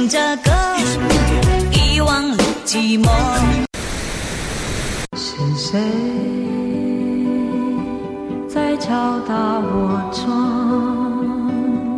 唱着歌，遗忘了寂寞。 是谁在敲打我窗？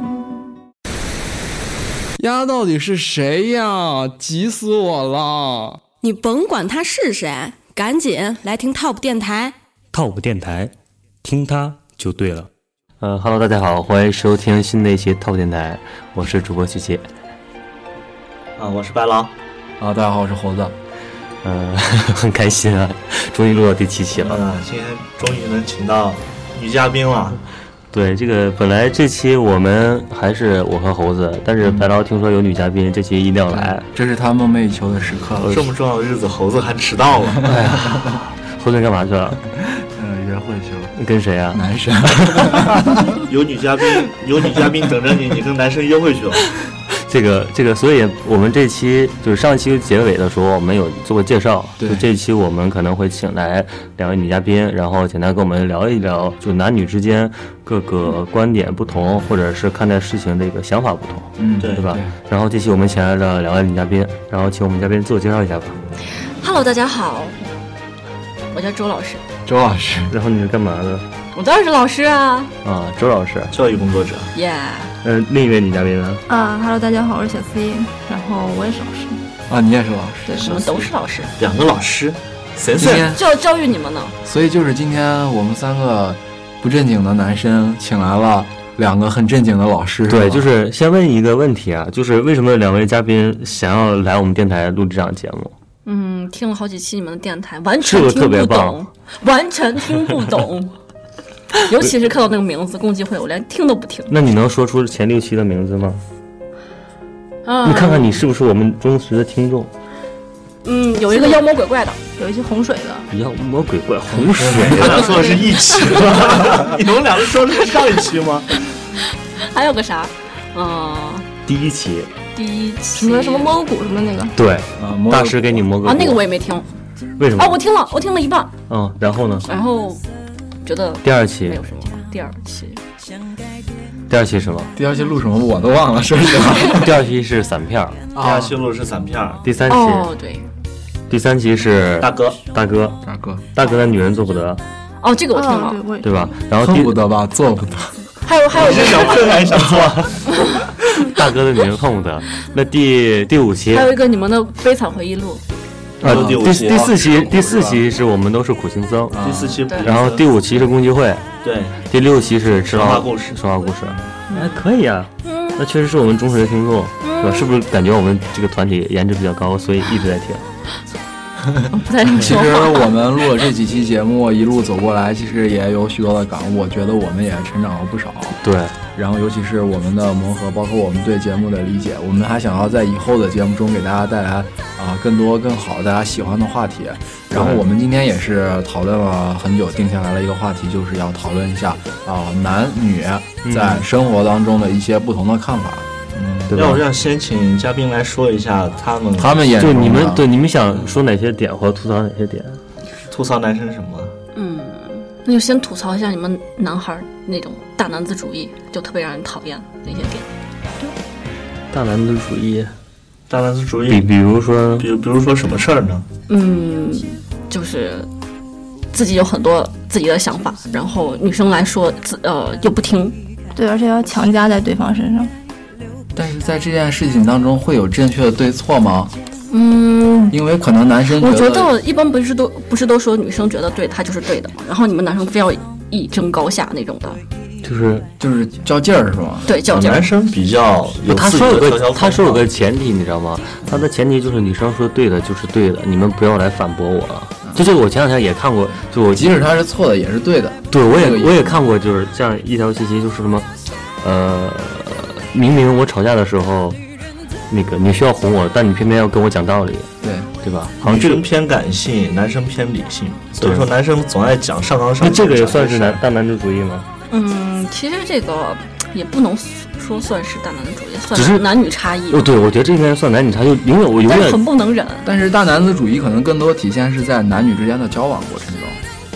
呀，到底是谁呀？急死我了！ 你甭管他是谁，赶紧来听 TOP 电台。 TOP 电台，听它就对了。 Hello， 大家好，欢迎收听新的一期 TOP 电台，我是主播曲奇。 我是白狼。 大家好，我是猴子。 很开心啊，终于录到第7期了。 今天终于能请到女嘉宾了。 对，这个本来这期我们还是我和猴子，但是白狼听说有女嘉宾，这期一定要来。 这是他梦寐以求的时刻了。 这么重要的日子，猴子还迟到了。 哎呀，猴子干嘛去了？ 约会去了。 跟谁啊？ 男生。 有女嘉宾等着你，你跟男生约会去了。 这个，所以我们这期就是上一期结尾的时候，我们有做过介绍。就这期我们可能会请来2位女嘉宾，然后简单跟我们聊一聊，就男女之间各个观点不同，或者是看待事情的一个想法不同，对吧？然后这期我们请来了2位女嘉宾，然后请我们嘉宾自我介绍一下吧。 Hello， 大家好，我叫周老师。 周老师， 然后你是干嘛的？ 我当然是老师啊。 周老师， 教育工作者。 另一位女嘉宾呢 ？Hello， 大家好，我是小 C， 然后我也是老师。 你也是老师？ 对，我们都是老师。 2个老师， 就要教育你们呢。 所以就是今天我们3个不正经的男生请来了2个很正经的老师。 对，就是先问一个问题啊，就是为什么2位嘉宾想要来我们电台录这档节目？ 听了好几期你们的电台，完全听不懂，完全听不懂。尤其是看到那个名字共济会，我连听都不听。 那你能说出前6期的名字吗？你看看你是不是我们忠实的听众？ 有一个妖魔鬼怪的， 有一些洪水的。 妖魔鬼怪，洪水。 他俩说的是一期吗？你们2个说的是上一期吗？ 还有个啥？ 第一期什么摸骨什么那个？ 对，大师给你摸个骨。 那个我也没听。 为什么？ 我听了一半。 然后呢？ 然后觉得第2期没有什么。第2期什么？ 第2期录什么我都忘了，说实话。 第2期是散片。 第2期录是散片。 第3期对。 第3期是大哥的女人做不得。 这个我听了， 对吧？然后恨不得吧，做不得。 还有你是想恨还是想做？ 大哥的女人恨不得。那第5期还有一个你们的悲惨回忆录。 第4期是我们都是苦行僧。 第4期， 然后第5期是共济会。 对。 第6期是神话故事。可以啊。那确实是我们忠实的听众，对吧？是不是感觉我们这个团体颜值比较高，所以一直在听？ 其实我们录了这几期节目，一路走过来，其实也有许多的感悟。我觉得我们也成长了不少。 对。 然后尤其是我们的磨合，包括我们对节目的理解，我们还想要在以后的节目中给大家带来更多更好大家喜欢的话题。然后我们今天也是讨论了很久，定下来了一个话题，就是要讨论一下男女在生活当中的一些不同的看法。 要不要先请嘉宾来说一下他们眼中就你们想说哪些点或者吐槽哪些点？ 吐槽男生什么？ 那就先吐槽一下你们男孩那种大男子主义，就特别让人讨厌那些点。 大男子主义，比如说什么事儿呢？ 就是自己有很多自己的想法，然后女生来说又不听。 对，而且要强加在对方身上。 但是在这件事情当中会有正确的对错吗？因为可能男生我觉得一般不是都说女生觉得对他就是对的嘛，然后你们男生非要一争高下那种的， 就是较劲儿是吧？ 对，较劲儿。 男生比较有他说有个前提你知道吗？他的前提就是女生说对的就是对的，你们不要来反驳我了。就是我前2天也看过，就我即使他是错的也是对的。 对，我也看过，就是这样一条信息，就是什么明明我吵架的时候那个你需要哄我，但你偏偏要跟我讲道理，对吧？好像女生偏感性，男生偏理性，所以说男生总爱讲上纲上线。 那这个也算是大男子主义吗？ 其实这个也不能说算是大男子主义，算是男女差异。 对，我觉得这应该算男女差异，因为我永远很不能忍。 但是大男子主义可能更多体现是在男女之间的交往过程中。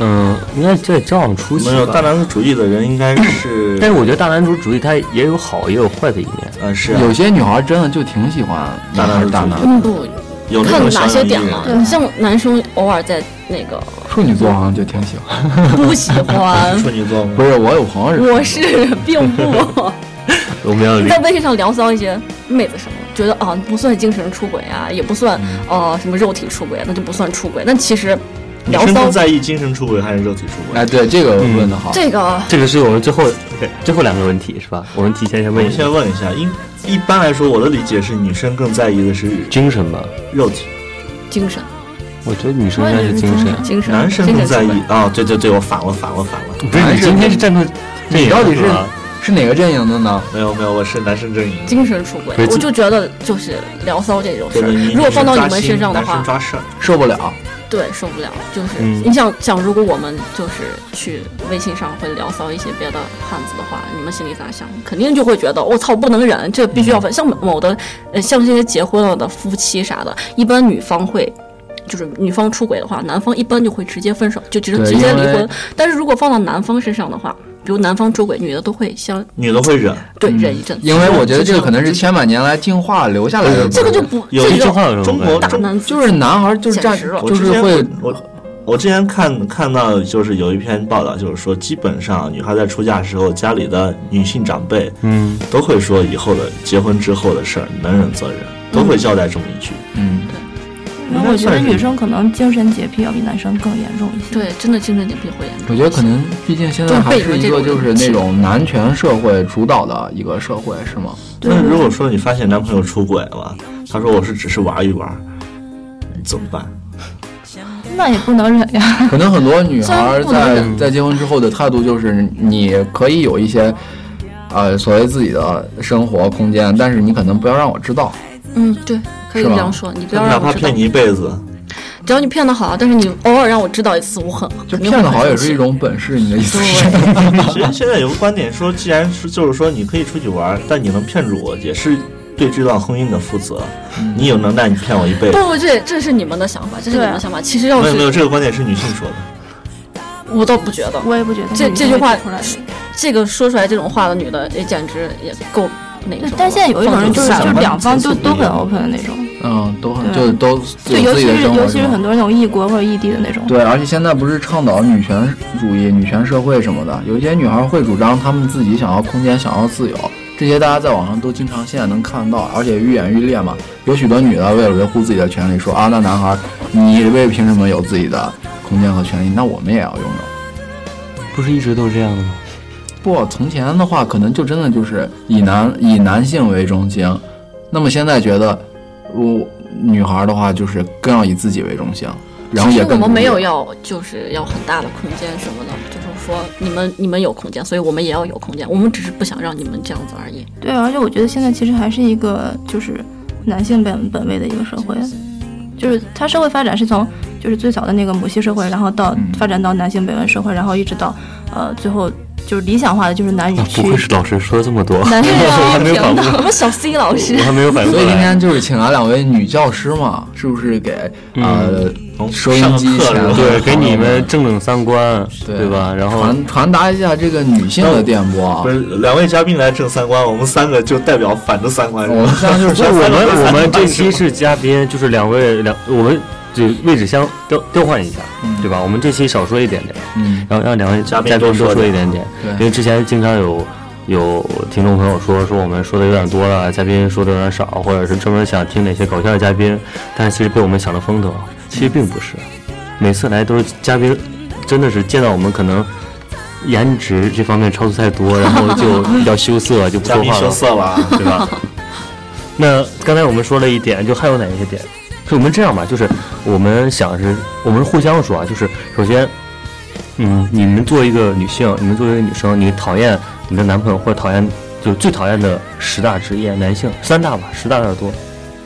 应该在交往初期没有大男子主义的人应该是， 但是我觉得大男子主义它也有好也有坏的一面。 是啊， 有些女孩真的就挺喜欢大男子主义。 不， 有看哪些点了？像男生偶尔在那个处女座好像就挺喜欢， 不喜欢处女座吗？ 不是，我有朋友我是并不。 我们要在微信上聊骚一些妹子什么，觉得啊不算精神出轨啊，也不算什么肉体出轨，那就不算出轨。但其实女生更在意精神出轨还是肉体出轨？ 哎，对，这个问得好。 这个是我们最后2个问题是吧？我们提前先问一下。 我们先问一下，一般来说，我的理解是女生更在意的是精神吧， 肉体。 精神。 我觉得女生应该是精神。 男生更在意啊？对，我反了。 不是，你今天是站在你到底是哪个阵营的呢？ 没有，我是男生阵营。 精神出轨，我就觉得就是聊骚这种事儿，如果放到你们身上的话， 抓事儿受不了。 对，受不了。就是你想，如果我们就是去微信上会聊骚一些别的汉子的话，你们心里咋想？肯定就会觉得我操，不能忍，这必须要分。像某的像这些结婚了的夫妻啥的，一般女方会。就是女方出轨的话，男方一般就会直接分手，就直接离婚。但是如果放到男方身上的话，比如男方出轨，女的都会忍， 对，忍一阵。 因为我觉得这个可能是千百年来进化留下来的。 这个就不有一句话，中国大男子就是男孩就是占，就是会。 我之前看到就是有一篇报道，就是说基本上女孩在出嫁的时候，家里的女性长辈都会说以后的结婚之后的事儿，能忍则忍，都会交代这么一句。 对。 因为我觉得女生可能精神洁癖要比男生更严重一些。 对，真的精神洁癖会严重。 我觉得可能，毕竟现在还是一个就是那种男权社会主导的一个社会，是吗？ 那如果说你发现男朋友出轨了，他说我是只是玩一玩，你怎么办？ 那也不能忍呀。 可能很多女孩在结婚之后的态度就是，你可以有一些所谓自己的生活空间，但是你可能不要让我知道。 对，可以这样说，你不要让我知道。 哪怕骗你一辈子， 只要你骗得好，但是你偶尔让我知道一次，我就骗得好也是一种本事，你的意思是？ 其实现在有个观点说，既然是就是说你可以出去玩，但你能骗住我，也是对这段婚姻的负责。你有能耐，你骗我一辈子。 不，这是你们的想法，这是你们的想法。其实要是没有这个观点是女性说的， 我倒不觉得， 我也不觉得。 这句话，这个说出来这种话的女的，也简直也够。 但现在有一种人就是两方都很 open 的那种， 都很就都对，尤其是很多那种异国或者异地的那种。 对，而且现在不是倡导女权主义、女权社会什么的，有一些女孩会主张她们自己想要空间、想要自由，这些大家在网上都经常现在能看到，而且愈演愈烈嘛。有许多女的为了维护自己的权利，说那男孩你凭什么有自己的空间和权利？那我们也要拥有。 不是一直都是这样的吗？ 不，从前的话可能就真的就是以男性为中心，那么现在觉得女孩的话就是更要以自己为中心，然后也更我们没有要就是要很大的空间什么的，就是说你们有空间，所以我们也要有空间，我们只是不想让你们这样子而已。 对，而且我觉得现在其实还是一个就是男性本位的一个社会，就是它社会发展是从就是最早的那个母系社会，然后到发展到男性本位社会，然后一直到最后就是理想化的就是男女区。 不愧是老师说了这么多， 男性我还没有反应。 我们小 C 老师， 我还没有反应过来。 所以今天就是请来2位女教师嘛，是不是给收音机前对给你们正整三观，对吧？然后传达一下这个女性的电波啊。 不是2位嘉宾来正三观，我们3个就代表反着三观。 我们3就是我们这期是嘉宾，就是2位我们就位置相调换一下，对吧？我们这期少说一点点，然后让2位嘉宾多说一点点，因为之前经常有听众朋友说我们说的有点多了，嘉宾说的有点少，或者是专门想听哪些搞笑的嘉宾，但是其实被我们想了风头，其实并不是，每次来都是嘉宾，真的是见到我们可能颜值这方面超出太多，然后就比较羞涩，就不说话了， 嘉宾羞涩了， 对吧？那刚才我们说了一点，就还有哪些点？所以我们这样吧，就是我们互相说啊，就是首先，你们作为一个女性，你们作为一个女生，你讨厌你的男朋友或者讨厌就最讨厌的10大职业，男性3大吧，10大有点多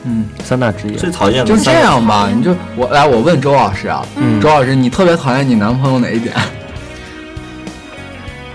，3大职业最讨厌的就这样吧，你就我问周老师啊，周老师你特别讨厌你男朋友哪一点？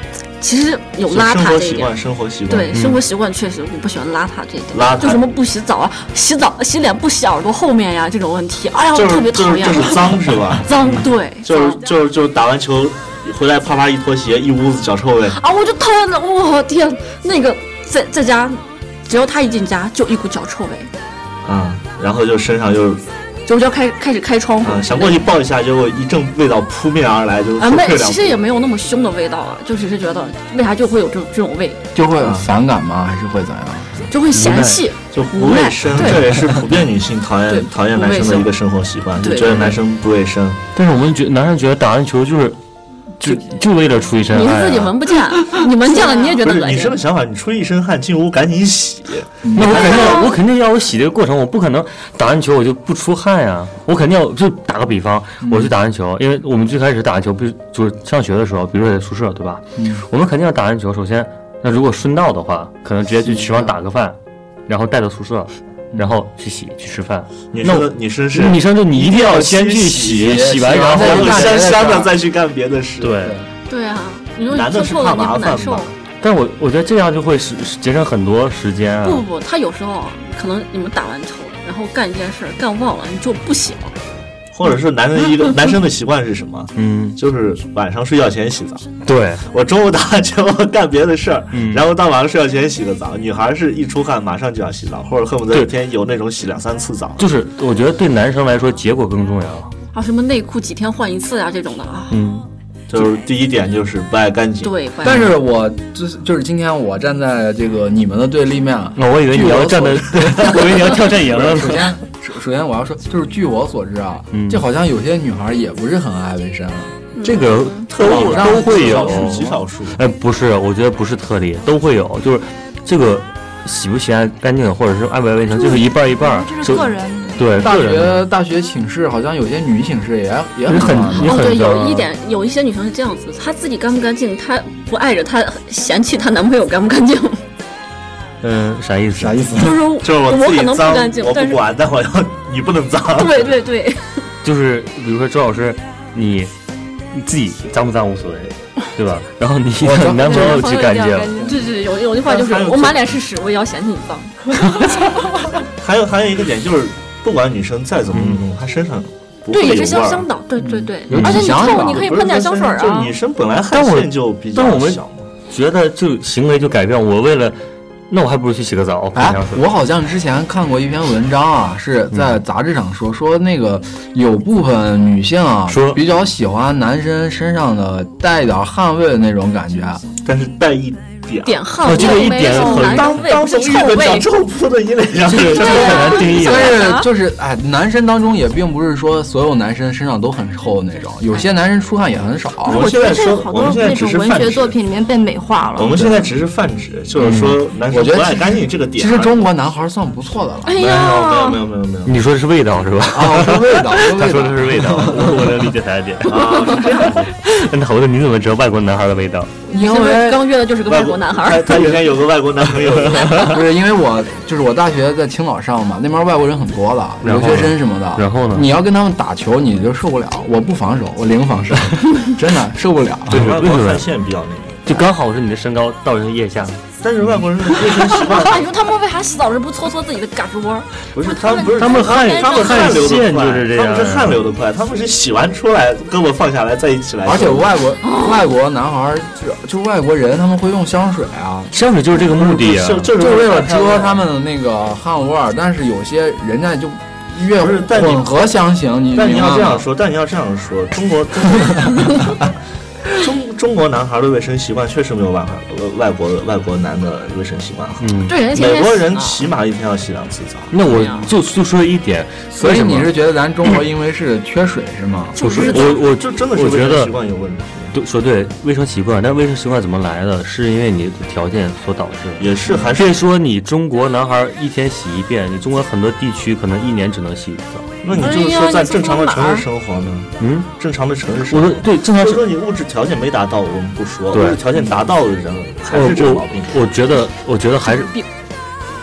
其实有邋遢这一点， 生活习惯， 对，生活习惯确实我不喜欢邋遢这一点， 邋遢就什么不洗澡啊，洗脸不洗耳朵后面呀这种问题，哎呀，我特别讨厌。 就是脏是吧？ 脏，对， 就是打完球回来啪啪一脱鞋，一屋子脚臭味啊！我就讨厌的，我天，那个在家，只要他一进家就一股脚臭味， 然后就身上就要开始开窗户， 想过去抱一下，结果一阵味道扑面而来，就其实也没有那么凶的味道啊，就只是觉得为啥就会有这种味， 就会反感吗？还是会怎样？ 就会嫌弃， 就不卫生，这也是普遍女性讨厌男生的一个生活习惯，就觉得男生不卫生。 但是我们男生觉得打完球就为了出一身汗， 你自己闻不见，你闻见了你也觉得恶心。 女生的想法，你出一身汗进屋赶紧洗。 那我肯定要有洗这个过程，我不可能打完球我就不出汗呀，我肯定要就打个比方，我去打完球，因为我们最开始打完球，就是上学的时候，比如说在宿舍，对吧？我们肯定要打完球，首先，那如果顺道的话，可能直接去厨房打个饭，然后带到宿舍。然后去吃饭。 女生就你一定要先去洗完，然后香的再去干别的事。 对啊，你说男的是怕麻烦吧？ 但我觉得这样就会节省很多时间啊。 不，他有时候可能你们打完球，然后干一件事干忘了，你就不洗了。 或者是男生的习惯是什么？就是晚上睡觉前洗澡。 对， 我中午打完球干别的事儿，然后到晚上睡觉前洗个澡。女孩是一出汗马上就要洗澡，或者恨不得一天有那种洗2-3次澡。 就是我觉得对男生来说结果更重要啊，什么内裤几天换一次呀这种的啊。 就是第一点就是不爱干净。 对， 但是我就是今天我站在这个你们的对立面， 我以为你要站在，我以为你要跳阵营了。 首先我要说，就是据我所知啊，这好像有些女孩也不是很爱卫生， 这个特例都会有， 极少数。 不是，我觉得不是特例，都会有，就是这个洗不洗干净，或者是爱不爱卫生，就是一半一半， 这是个人。 对， 大学寝室好像有些女寝室也很对，有一些女生是这样子，她自己干不干净，她不爱着，她嫌弃她男朋友干不干净。 啥意思？ 就是我可能不干净， 我不管，但我要你不能脏。 对， 就是比如说周老师，你自己脏不脏无所谓，对吧？然后你男朋友去干净， 对，有句话就是我满脸是屎，我也要嫌弃你脏。 还有一个点就是，不管女生再怎么运动，她身上不会有味儿。 对，也是香香的。对，而且你臭，你可以喷点香水啊。 就女生本来汗腺就比较小嘛。 但我们觉得就行为就改变，我为了。那我还不如去洗个澡。 我好像之前看过一篇文章啊，是在杂志上说那个有部分女性啊，说比较喜欢男生身上的带一点汗味的那种感觉， 但是带一点汗味， 这个一点很当从一个长臭扑的一类上， 这个很难定义。 所以就是男生当中也并不是说所有男生身上都很臭的那种，有些男生出汗也很少。 我觉得好多那种文学作品里面被美化了。 我们现在只是泛指，就是说男生不爱干净这个点。 其实中国男孩算不错的了。 哎呀， 没有。 你说的是味道是吧？ 我说味道， 他说的是味道，我能理解他的点。那好的，你怎么知道外国男孩的味道？ 因为刚约的就是个外国男孩， 他原来有个外国男朋友。 不是因为我大学在青岛上嘛，那边外国人很多的，留学生什么的。 然后呢？ 你要跟他们打球，你就受不了。我不防守，我零防守，真的受不了。 外国汗腺比较那个， 就刚好是你的身高到人腋下。 但是外国人的卫生习惯， 你说他们为啥洗澡时不搓自己的胳肢窝？ 不是他们汗流的快， 就是这样， 他们是汗流的快，他们是洗完出来胳膊放下来再一起来。 而且外国男孩就外国人他们会用香水啊， 香水就是这个目的啊， 就是为了遮他们的那个汗味儿。但是有些人家就越混合香型， 但你要这样说，中国男孩的卫生习惯确实没有外国男的卫生习惯好。美国人起码一天要洗2次澡。 那我就说一点， 所以你是觉得咱中国因为是缺水是吗？ 不是， 我就真的是卫生习惯有问题。 说对卫生习惯，但卫生习惯怎么来的？是因为你的条件所导致的。 也是，还是别说你中国男孩一天洗一遍，你中国很多地区可能1年只能洗1次澡。 那你就是说在正常的城市生活呢？正常的城市生活。 我说对，正常。 就说你物质条件没达到，我们不说。 对， 物质条件达到的人还是这个毛病。 我觉得还是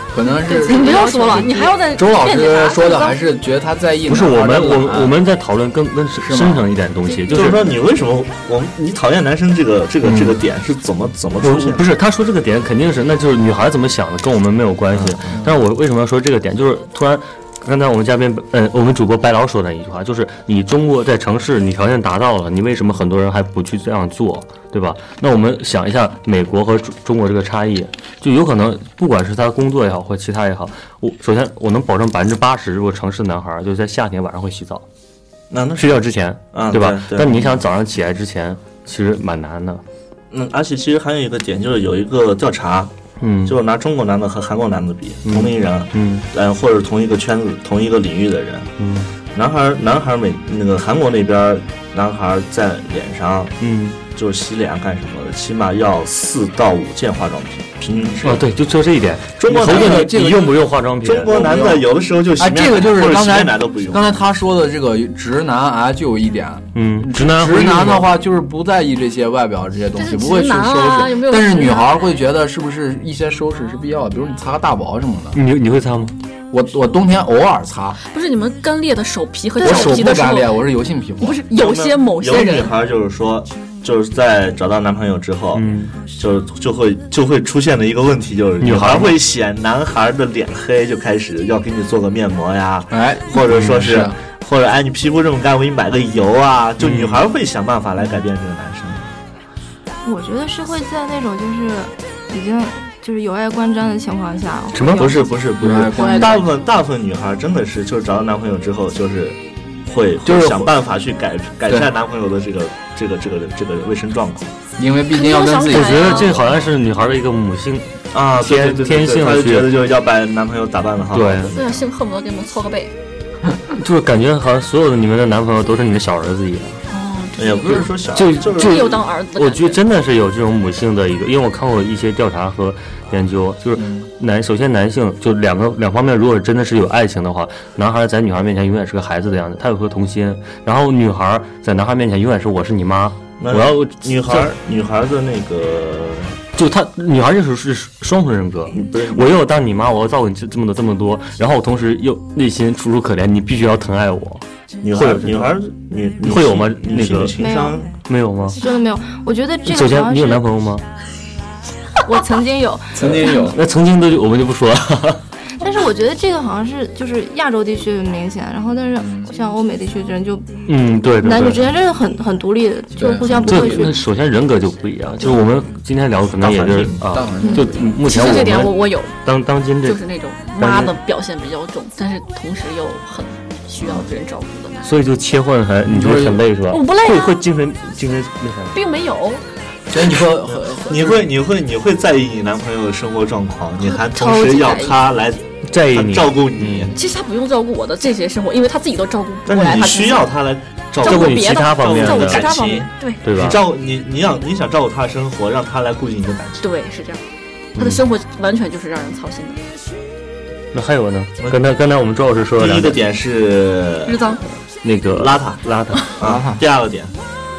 可能是你不要说了，你还要在周老师说的，还是觉得他在意。 不是我们在讨论更深层一点东西， 就是说你为什么你讨厌男生这个点是怎么出现？ 不是他说这个点肯定是，那就是女孩怎么想的，跟我们没有关系。但是我为什么要说这个点，就是突然。刚才我们嘉宾，我们主播白劳说的一句话，就是你中国在城市，你条件达到了，你为什么很多人还不去这样做，对吧？那我们想一下美国和中国这个差异，就有可能不管是他工作也好，或其他也好，首先我能保证80%，如果城市男孩就在夏天晚上会洗澡，睡觉之前，对吧？ 对。 但你想早上起来之前，其实蛮难的。 而且其实还有一个点，就是有一个调查。就是拿中国男的和韩国男的比，同龄人，或者同一个圈子、同一个领域的人，男孩那个韩国那边男孩在脸上，就是洗脸干什么的，起码要4到5件化妆品，平均值。 对，就这一点。 中国男的你用不用化妆品？ 中国男的有的时候就洗面奶， 这个就是刚才奶都不用。 刚才他说的这个直男就有一点， 直男的话就是不在意这些外表这些东西，不会去收拾。但是女孩会觉得是不是一些收拾是必要的，比如你擦个大薄什么的。 你会擦吗？ 我冬天偶尔擦。 不是你们干裂的手皮和脚皮的时候， 我手不干裂，我是油性皮肤。 不是某些人， 有女孩就是说。就是在找到男朋友之后，就会出现的一个问题，就是女孩会嫌男孩的脸黑，就开始要给你做个面膜呀，或者说是，或者你皮肤这么干，我给你买个油啊，就女孩会想办法来改变这个男生。 我觉得是会在那种就是已经就是有碍观瞻的情况下， 什么？ 不是，大部分女孩真的是就是找到男朋友之后就是想办法去改善男朋友的这个卫生状况， 因为毕竟要跟自己。 我觉得这好像是女孩的一个母性啊，天性，她就觉得就是要把男朋友打扮的好。 对，性恨不得给你们搓个背。 就是感觉好像所有的你们的男朋友都是你的小儿子一样。 也不是说小， 就是有当儿子。 我觉得真的是有这种母性的一个，因为我看过一些调查和研究，就是首先男性就两方面，如果真的是有爱情的话，男孩在女孩面前永远是个孩子的样子，他有颗童心，然后女孩在男孩面前永远是我是你妈，我要女孩的那个。 就女孩就是双重人格，我又要当你妈，我要照顾你这么多，然后我同时又内心楚楚可怜，你必须要疼爱我。 女孩会有吗？那个没有吗？ 真的没有。我觉得这个首先你有男朋友吗？ 我曾经有。 那曾经的我们就不说了。 但是我觉得这个好像是就是亚洲地区很明显，然后但是像欧美地区的人就对， 男女之间真的很独立的，就互相不会去。 那首先人格就不一样，就是我们今天聊的可能也是就目前这点我有当今就是那种妈的表现比较重，但是同时又很需要别人照顾的男。 所以就切换你就会很累是吧？ 我不累会精神那啥， 并没有。 所以你会在意你男朋友的生活状况，你还同时要他来在意你照顾你。 其实他不用照顾我的这些生活，因为他自己都照顾不来。但是你需要他来照顾你其他方面的感情， 对吧？ 你想照顾他的生活，让他来顾及你的感情。 对，是这样。他的生活完全就是让人操心的。 那还有呢？刚才我们周老师说的第一个点是日脏， 那个邋遢啊。第二个点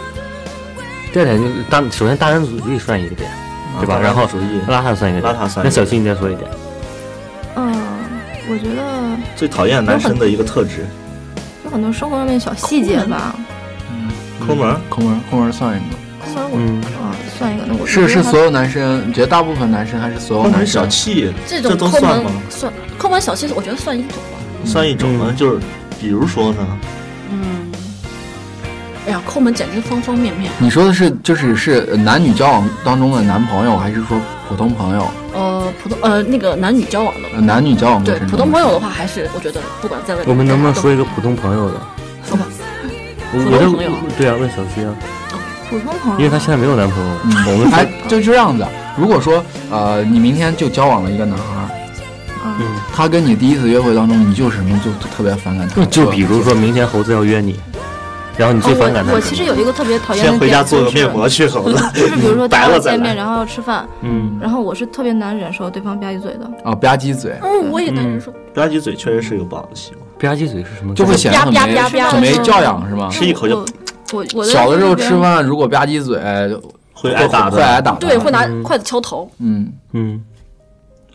就是首先大男子主义算一个点，对吧？然后邋遢算一个点。那小七你再说一点。 我觉得最讨厌男生的一个特质， 有很多生活上面小细节吧。 抠门算一个。 算一个。那我是所有男生，绝大部分男生还是所有男生小气， 这种都算吗？ 算抠门小气，我觉得算一种吧。 算一种呢，就是比如说呢。 哎呀，抠门简直方方面面。 你说的是是男女交往当中的男朋友，还是说普通朋友？ 那个男女交往的。 男女交往对普通朋友的话，还是我觉得不管在外面。 我们能不能说一个普通朋友的？ 说吧。 普通朋友。对啊，问小七啊。 普通朋友。 因为他现在没有男朋友。我们就这样子。如果说你明天就交往了一个男孩，他跟你第一次约会当中，你就什么就特别反感他。 就比如说明天猴子要约你。然后你最反感的。 我其实有一个特别讨厌的点， 先回家做个面膜去猴子。 就是比如说大家见面，然后要吃饭，然后我是特别难忍受对方吧唧嘴的。 吧唧嘴。 我也难忍受。 吧唧嘴确实是一个不好的习惯。 吧唧嘴是什么？ 就会显得很没教养，是吗？ 吃一口就。 我小的时候吃饭如果吧唧嘴， 会挨打。 会挨打。 对，会拿筷子敲头。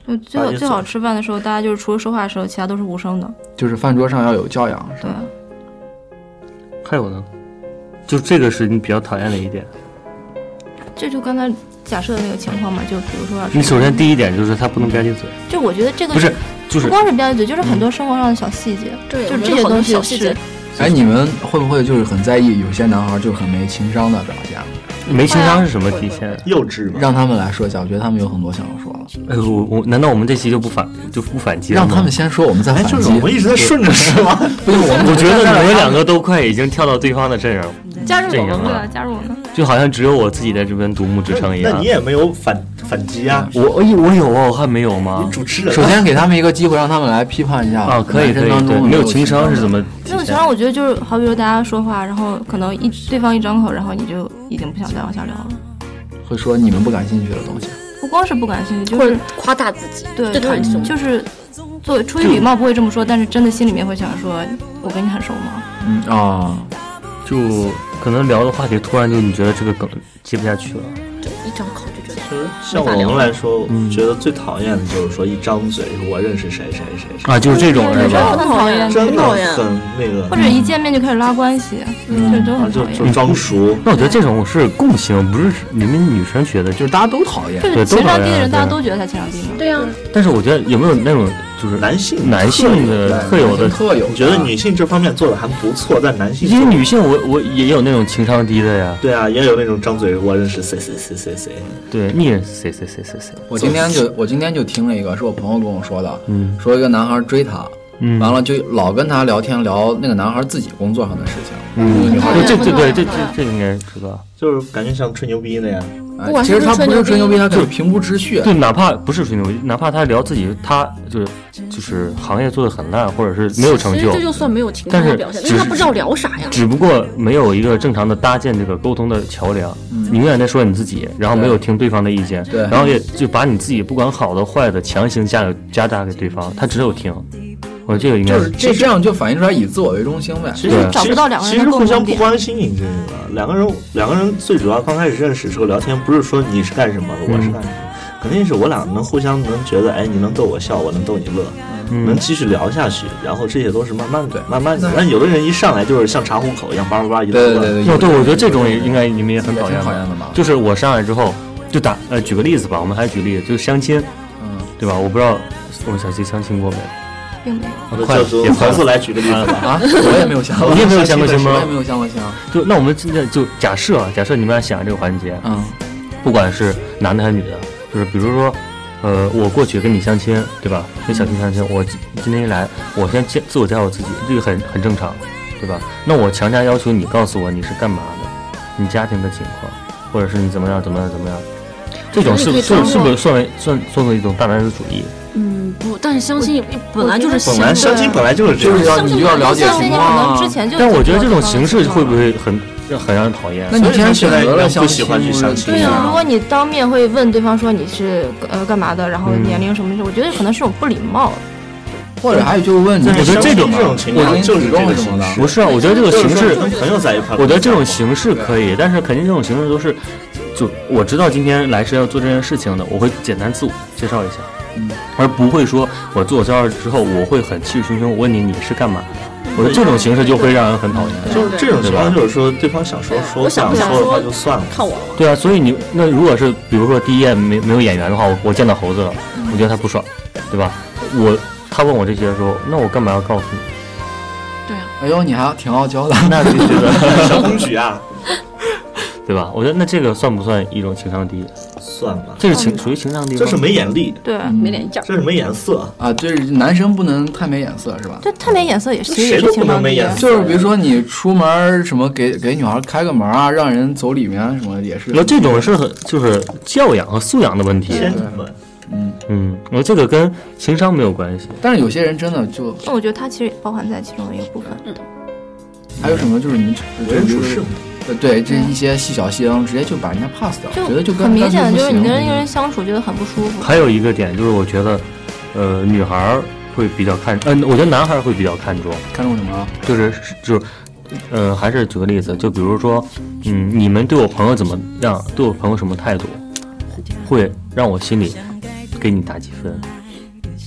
就最好吃饭的时候，大家就是除了说话的时候，其他都是无声的。 就是饭桌上要有教养，是吧？ 对。 还有呢，就这个是你比较讨厌的一点。 这就刚才假设的那个情况嘛，就比如说你首先第一点就是他不能吧唧嘴。 就我觉得这个不是，就是不光是吧唧嘴，就是很多生活上的小细节。 对， 就这些东西小细节。 哎，你们会不会就是很在意有些男孩就很没情商的表现？ 没情商是什么体现？ 幼稚嘛。 让他们来说一下，我觉得他们有很多想要说了。 我难道我们这期就不反击了吗？ 让他们先说，我们再反击。 就是我们一直在顺着说吗？ 不是我觉得你们两个都快已经跳到对方的阵营， 加入我们了，加入我们。 就好像只有我自己在这边独木支撑一样。 那你也没有反击啊？ 我有啊，我还没有吗？ 你主持人。 首先给他们一个机会，让他们来批判一下。 啊，可以，对，没有情商是怎么？ 没有情商，我觉得就是好比说大家说话，然后可能对方一张口，然后你就已经不想再往下聊了。 会说你们不感兴趣的东西， 不光是不感兴趣，就是夸大自己， 对，就是作为出于礼貌不会这么说，但是真的心里面会想说，我跟你很熟吗？ 就可能聊的话题突然就你觉得这个梗接不下去了， 对，一张口就觉得。 其实像我们来说，我觉得最讨厌的就是说一张嘴我认识谁啊，就是这种是吧？ 很讨厌， 真的很那个， 或者一见面就开始拉关系，这都很讨厌。 就装熟。 那我觉得这种是共性，不是你们女生觉得，就是大家都讨厌。 对，情商低的人大家都觉得他情商低吗？ 对呀。 但是我觉得有没有那种就是男性的特有的， 你觉得女性这方面做的还不错，但男性因为女性我也有那种情商低的呀。 对啊，也有那种张嘴我认识谁。 对，你认识谁。 我今天就听了一个，是我朋友跟我说的，说一个男孩追她，完了就老跟他聊天，聊那个男孩自己工作上的事情。 女孩这应该是吧？ 就是感觉像吹牛逼的呀。 其实他不是吹牛逼，他就是平铺直叙。 对，哪怕不是吹牛逼，哪怕他聊自己，他就是行业做得很烂，或者是没有成就， 这就算没有情商的表现，因为他不知道聊啥呀。 只不过没有一个正常的搭建这个沟通的桥梁，你永远在说你自己，然后没有听对方的意见，然后也就把你自己不管好的坏的强行加大给对方，他只有听。我这个应该就是这样就反映出来以自我为中心呗。 其实找不到两个人的共同点。 其实互相不关心你这个，两个人最主要刚开始认识时候聊天，不是说你是干什么，我是干什么，肯定是我俩能互相能觉得，哎，你能逗我笑，我能逗你乐，能继续聊下去，然后这些都是慢慢的。但有的人一上来就是像茶壶口一样，叭叭叭一路。 对，我觉得这种应该你们也很讨厌的嘛。 就是我上来之后就举个例子吧，我们还举例子，就是相亲，对吧？我不知道我们小七相亲过没有。 并没有， 快速来举个例子吧。 我也没有相过， 你也没有相过亲吗？ 我也没有相过亲。 就那我们现在就假设你们俩想这个环节，不管是男的还是女的，就是比如说，我过去跟你相亲，对吧？跟小青相亲，我今天一来，我先自我介绍自己，这个很正常，对吧？那我强加要求你告诉我你是干嘛的，你家庭的情况，或者是你怎么样，这种是不是算作一种大男子主义？ 不，但是相亲本来就是相亲本来就是这样，你就要了解情况。 但我觉得这种形式会不会很让人讨厌？ 那你既然选择了不喜欢去相亲， 对啊，如果你当面会问对方说你是干嘛的，然后年龄什么的，我觉得可能是种不礼貌。 或者还有就是问你， 我觉得这种情况就是这个形式。 不是啊，我觉得这个形式跟朋友在一块， 我觉得这种形式可以，但是肯定这种形式都是，就我知道今天来是要做这件事情的，我会简单自我介绍一下。而不会说我自我介绍之后，我会很气势汹汹问你是干嘛的。我觉得这种形式就会让人很讨厌。 就是这种情况，就是说对方想说，不想说的话就算了， 看我。 对啊，所以那如果是比如说第一页没有演员的话，我见到猴子了，我觉得他不爽，对吧？他问我这些的时候，那我干嘛要告诉你？ 对啊。 哎呦，你还挺傲娇的， 那必须的， 小公举啊。 对吧？我觉得那这个算不算一种情商低？ 算吧， 这是属于情商低吗？ 这是没眼力， 对， 没脸劲， 这是没眼色啊。就是男生不能太没眼色，是吧？ 这太没眼色也是， 谁都不能没眼色。 就是比如说你出门什么给女孩开个门啊，让人走里面什么也是。 那这种是就是教养和素养的问题。我这个跟情商没有关系。 但是有些人真的就， 那我觉得他其实也包含在其中的一个部分。 还有什么就是你们为人处事。 对，这一些细小直接就把人家 pass 掉，觉得就很明显的就是你跟一个人相处觉得很不舒服。 还有一个点就是，我觉得，女孩会比较我觉得男孩会比较看重什么？ 还是举个例子，就比如说，你们对我朋友怎么样，对我朋友什么态度，会让我心里给你打几分。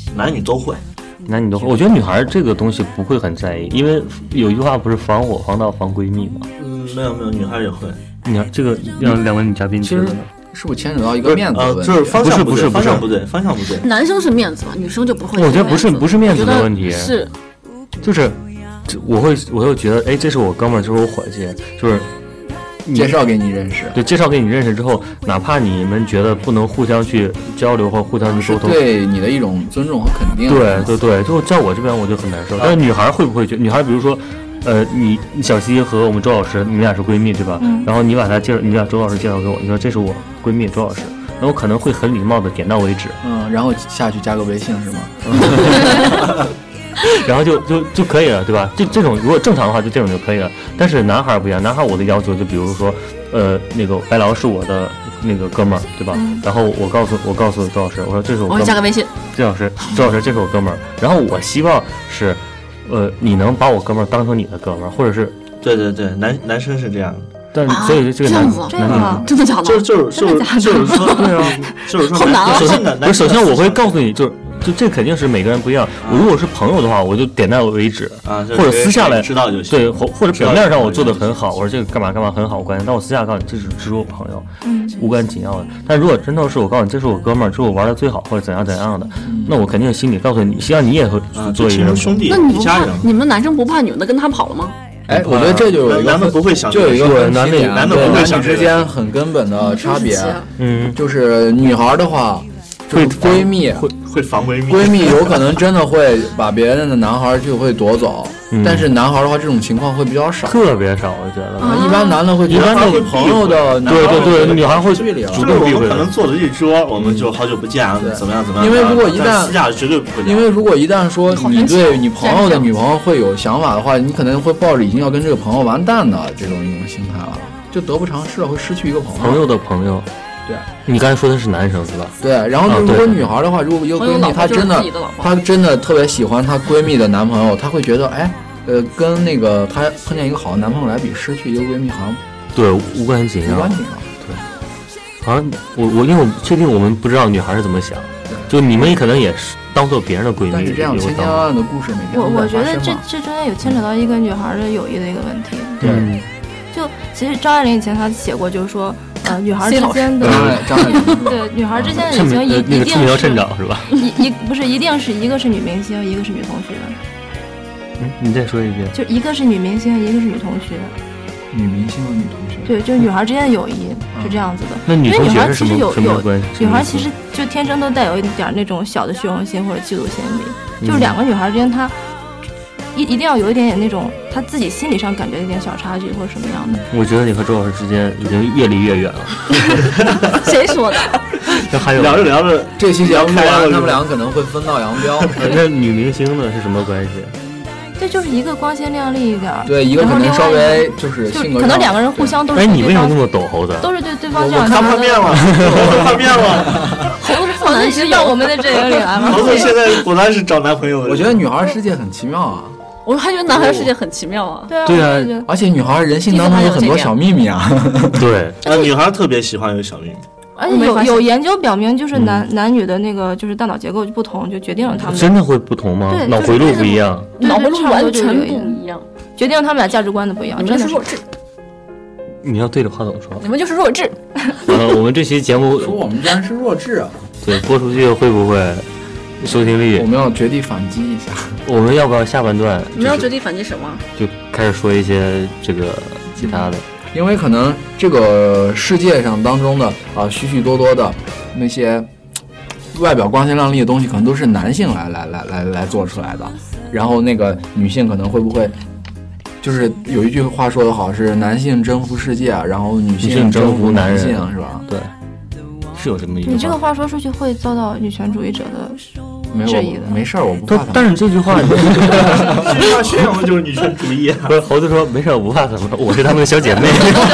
男女都会。 男女都会，我觉得女孩这个东西不会很在意，因为有一句话不是防火防盗防闺蜜吗？ 没有，女孩也会。 你看这个让两位女嘉宾其实是不是牵扯到一个面子的问题？ 就是方向不是方向不对，方向不对。 男生是面子嘛，女生就不会。 我觉得不是面子的问题， 是， 就是我会觉得，哎，这是我哥们儿，这是我伙计，就是介绍给你认识。 对，介绍给你认识之后，哪怕你们觉得不能互相去交流或互相去沟通， 对你的一种尊重和肯定。 对，就在我这边我就很难受。但是女孩会不会觉得？女孩比如说，你小西和我们周老师，你们俩是闺蜜对吧？然后你把周老师介绍给我，你说这是我闺蜜周老师，那我可能会很礼貌的点到为止。 然后下去加个微信是吗？ 然后就可以了，对吧？这种如果正常的话，就这种就可以了。但是男孩不一样，男孩我的要求就比如说，那个白劳是我的那个哥们儿，对吧？然后我告诉周老师，我说这是我哥们儿， 我加个微信， 周老师这是我哥们儿。然后我希望是，你能把我哥们儿当成你的哥们儿，或者是对，男生是这样的。 但所以这个男真的假的？ 就是说，对啊，就是说， 好难啊！ 首先我会告诉你，就这肯定是每个人不一样。如果是朋友的话，我就点到为止啊，或者私下来知道就行。 对，或者表面上我做的很好，我说这个干嘛很好关系，但我私下告诉你，这是我朋友，无关紧要的。但如果真的是我告诉你，这是我哥们儿，这是我玩的最好，或者怎样的，那我肯定心里告诉你，希望你也会做一个兄弟， 那你不怕你们男生不怕女的跟他跑了吗？ 哎，我觉得这就有一个男的不会想， 就有一个男的不会想之间很根本的差别。就是女孩的话，就是闺蜜会防闺蜜， 闺蜜有可能真的会把别人的男孩就会夺走，但是男孩的话，这种情况会比较少， 特别少，我觉得。 一般男的会觉得会朋友的， 对，女孩会距离了。 主动避讳。 可能坐了一桌，我们就好久不见，怎么样？ 因为如果一旦私下绝对不会。 因为如果一旦说你对你朋友的女朋友会有想法的话，你可能会抱着已经要跟这个朋友完蛋的这种一种心态了，就得不偿失了，会失去一个朋友。 朋友的朋友。对，你刚才说的是男生是吧？ 对，然后如果女孩的话，如果一个闺蜜她真的特别喜欢她闺蜜的男朋友，她会觉得哎，跟那个她碰见一个好的男朋友来比，失去一个闺蜜好像对无关紧要。对，好像因为我确定我们不知道女孩是怎么想，就你们可能也是当做别人的闺蜜。 但是这样千千万万的故事每天我觉得这中间有牵扯到一个女孩的友谊的一个问题。 对， 就其实张爱玲以前她写过，就是说。女孩之间的对女孩之间的友情一定是趁早是吧？ 不是一定是一个是女明星，一个是女同学。 你再说一遍。 就一个是女明星，一个是女同学。 女明星和女同学。 对，就是女孩之间的友谊是这样子的。 那女同学是什么关系？女孩其实就天生都带有一点那种小的虚荣心或者嫉妒心理，就是两个女孩之间她。一定要有一点点那种他自己心理上感觉一点小差距或者什么样的。 我觉得你和周老师之间已经越离越远了。 谁说的？ 还有聊着这期节目开了，他们两个可能会分道扬镳。 那女明星呢是什么关系？ 对，就是一个光鲜亮丽一点， 对，一个可能稍微就是性格， 可能两个人互相都是。 哎，你为什么那么抖猴子？ 都是对对方这样。 我看画面了，看面了。 猴子不能是到我们的阵营里来吗？ 猴子现在果然是找男朋友的。 我觉得女孩世界很奇妙啊。 我还觉得男孩世界很奇妙啊。 对啊， 而且女孩人性当中有很多小秘密啊。 对， 女孩特别喜欢有小秘密。 而且有研究表明，就是男女的那个就是大脑结构不同，就决定了他们真的会不同吗？ 对， 脑回路不一样， 脑回路完全不一样， 决定了他们俩价值观的不一样。 你们是弱智。 你要对着话筒说。 你们就是弱智。 我们这期节目说我们居然是弱智啊。 对，播出去会不会收听率？ 我们要绝地反击一下。 我们要不要下半段？ 你们要绝地反击什么？ 就开始说一些这个其他的。 因为可能这个世界上当中的许许多多的那些外表光鲜亮丽的东西，可能都是男性来做出来的。然后那个女性可能会不会，就是有一句话说得好，是男性征服世界，然后女性征服男性，是吧？ 对，是有这么一句话。 你这个话说出去会遭到女权主义者的质疑的。 没事儿，我不怕他们。 但是这句话， 这句话宣扬的就是女权主义啊！ 不是，猴子说没事，我不怕他们，我是他们的小姐妹。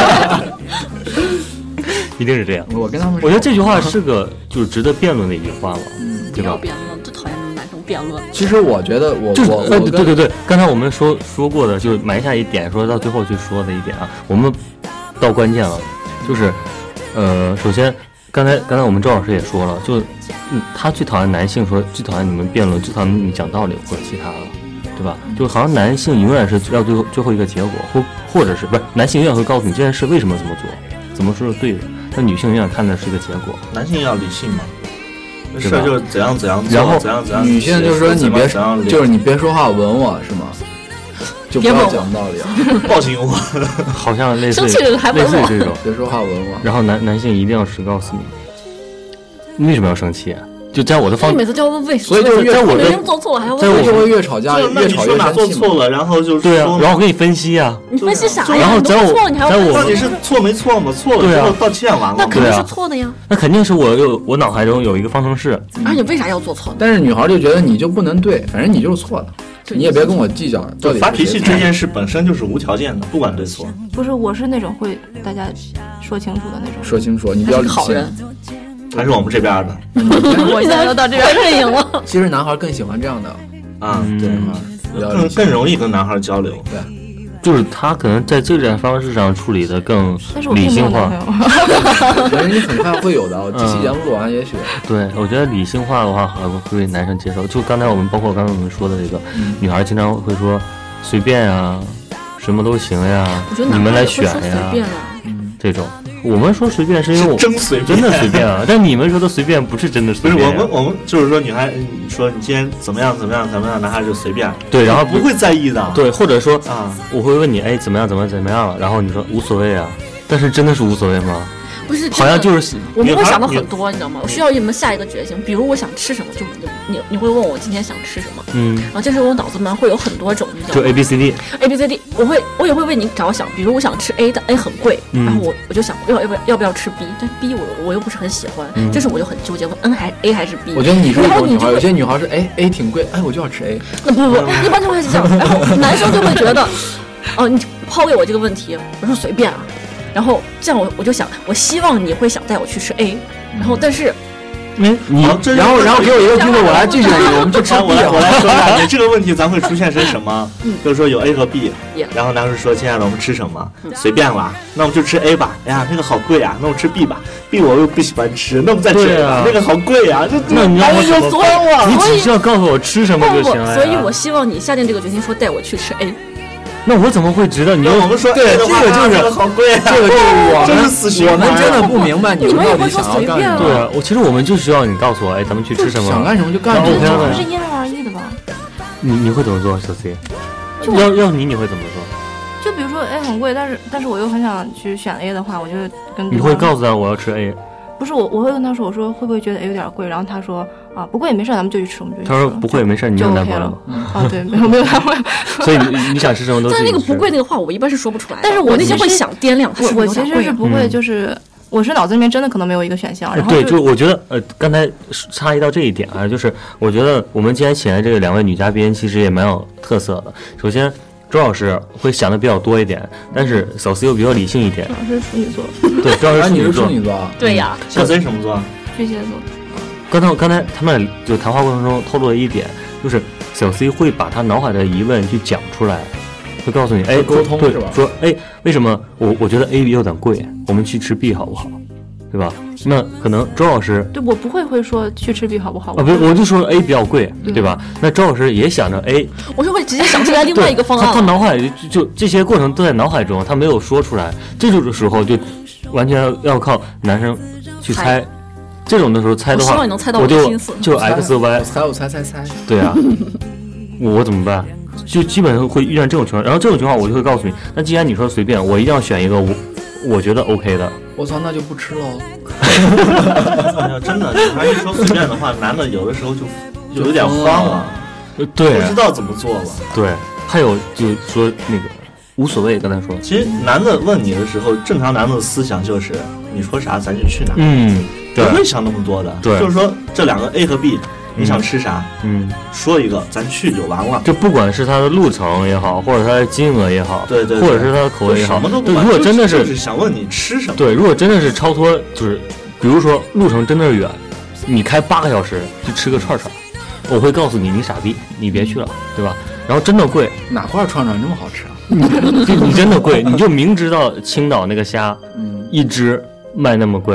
一定是这样。 我跟他们， 我觉得这句话是个就是值得辩论的一句话嘛，对吧？ 不要辩论，最讨厌男生辩论。 其实我觉得对，刚才我们说过的，就是埋下一点，说到最后去说的一点啊，我们到关键了，就是首先刚才我们周老师也说了，就他最讨厌男性说最讨厌你们辩论，最讨厌你们讲道理或者其他的，对吧？就好像男性永远是要最后一个结果，或者是不是男性永远会告诉你这件事为什么这么做，怎么说是对的，但女性永远看的是一个结果。 男性要理性嘛，事就是怎样做， 然后怎样。 女性就是说你别就是你别说话吻我是吗？就不要讲道理， 抱紧我， 好像类似生气了还吻我， 这种别说话吻我。 然后男性一定要实告诉你为什么要生气啊？就在我的方， 你每次就要问为什么， 所以就是在我的做错了还要问， 在我就会越吵架越吵越哪做错了，然后就对啊，然后我给你分析啊， 你分析啥呀？ 然后在我到底是错没错嘛？错了之后道歉完了， 那肯定是错的呀。 那肯定是我脑海中有一个方程式， 而且为啥要做错？ 但是女孩就觉得你就不能对，反正你就是错的。你也别跟我计较，到底发脾气这件事本身就是无条件的，不管对错。 不是，我是那种会大家说清楚的那种。 说清楚，你比较理性。 还是我们这边的。 我现在都到这边认赢了。 其实男孩更喜欢这样的啊， 对， 更容易跟男孩交流。 对， 就是他可能在这件方式上处理的更理性化。 我觉得你很快会有的，这期节目录完也许。 对，我觉得理性化的话会被男生接受。就刚才我们包括刚才我们说的这个，女孩经常会说随便呀，什么都行呀，你们来选呀，这种。我们说随便是因为我真随便， 真的随便啊！但你们说的随便不是真的随便。 不是我们就是说女孩说你今天怎么样，男孩就随便。 对，然后不会在意的。 对，或者说啊，我会问你，哎，怎么样了？然后你说无所谓啊，但是真的是无所谓吗？ 不是， 好像就是我们会想到很多，你知道吗？我需要你们下一个决心，比如我想吃什么，就你会问我今天想吃什么，然后这时候我脑子里面会有很多种，你知道吗？ 就 A B C D， 我也会为你着想，比如我想吃 A 的 A 很贵，然后我就想要不要吃 B， 但 B 我又不是很喜欢，这时候我就很纠结，问 A 还是 B？ 我觉得你是一种女孩，有些女孩是A 挺贵，哎我就要吃 A。 那不，一般情况下是这样，然后男生就会觉得，你抛给我这个问题，我说随便啊。然后这样我就想，我希望你会想带我去吃 A， 然后但是， 然后给我一个机会，我来拒绝你，我们就吃 B。 我来说一下，你这个问题咱会出现成什么？就是说有 A 和 B， 然后男生说亲爱的我们吃什么？随便啦，那我们就吃 A 吧。哎呀那个好贵啊，那我吃 B 吧。B 我又不喜欢吃，那我们再吃 A 吧。那个好贵啊， 那你让我就酸了。 你只需要告诉我吃什么就行了。 所以我希望你下定这个决心，说带我去吃 A。 那我怎么会知道你？ 我们说对，这个就是好贵啊， 这个就是我们真的不明白你们到底想要干什么。 对啊，其实我们就需要你告诉我，哎，咱们去吃什么？ 想干什么就干什么。 这是因人而异的吧？ 你会怎么做，小 C？要你会怎么做？ 就比如说 A 很贵，但是我又很想去选 A 的话，我就跟你会告诉他我要吃 A。 不是我会跟他说，我说会不会觉得有点贵？然后他说啊，不贵也没事，咱们就去吃，我们就去吃。 他说不贵没事，你有男朋友了？啊，对，没有男朋友。 所以你想吃什么都。 但是那个不贵那个话，我一般是说不出来。但是我内心会想掂量， 我其实是不会，就是我是脑子里面真的可能没有一个选项。然后对，就我觉得刚才插一到这一点啊，就是我觉得我们今天请来这个2位女嘉宾，其实也蛮有特色的。首先。周老师会想的比较多一点，但是小 C 又比较理性一点。 周老师处女座， 对，周老师你是处女座， 对呀。 小 C 什么座？ 巨蟹座。 刚才他们就谈话过程中透露了一点，就是小 C 会把他脑海的疑问去讲出来，会告诉你，哎， 沟通是吧？ 说，哎，为什么我觉得 A 有点贵，我们去吃 B 好不好？对吧？那可能周老师对我不会说去吃 B 好不好啊？不是，我就说 A 比较贵，对吧？那周老师也想着 A， 我就会直接想出来另外一个方案。 他脑海里就这些过程都在脑海中，他没有说出来。这种时候就完全要靠男生去猜。这种的时候猜的话， 我希望你能猜到我的心思。 就 X Y， 猜。 对啊，我怎么办？就基本上会遇上这种情况，然后这种情况我就会告诉你，那既然你说随便，我一定要选一个我觉得 OK 的。 我操，那就不吃喽。 真的，女孩一说随便的话，男的有的时候就有点慌了， 对， 不知道怎么做了。 对，还有就说那个无所谓，刚才说， 其实男的问你的时候，正常男的思想就是你说啥咱就去哪，不会想那么多的。 对， 就是说这两个 A 和 B。你想吃啥？说一个，咱去就完了。 就不管是它的路程也好，或者它的金额也好， 对， 或者是它的口味也好， 什么都不管。 如果真的就是想问你吃什么， 对，如果真的是超脱，就是比如说路程真的是远，你开8个小时去吃个串串，我会告诉你，你傻逼，你别去了，对吧？然后真的贵， 哪块串串这么好吃啊？ 你真的贵，你就明知道青岛那个虾，一只卖那么贵。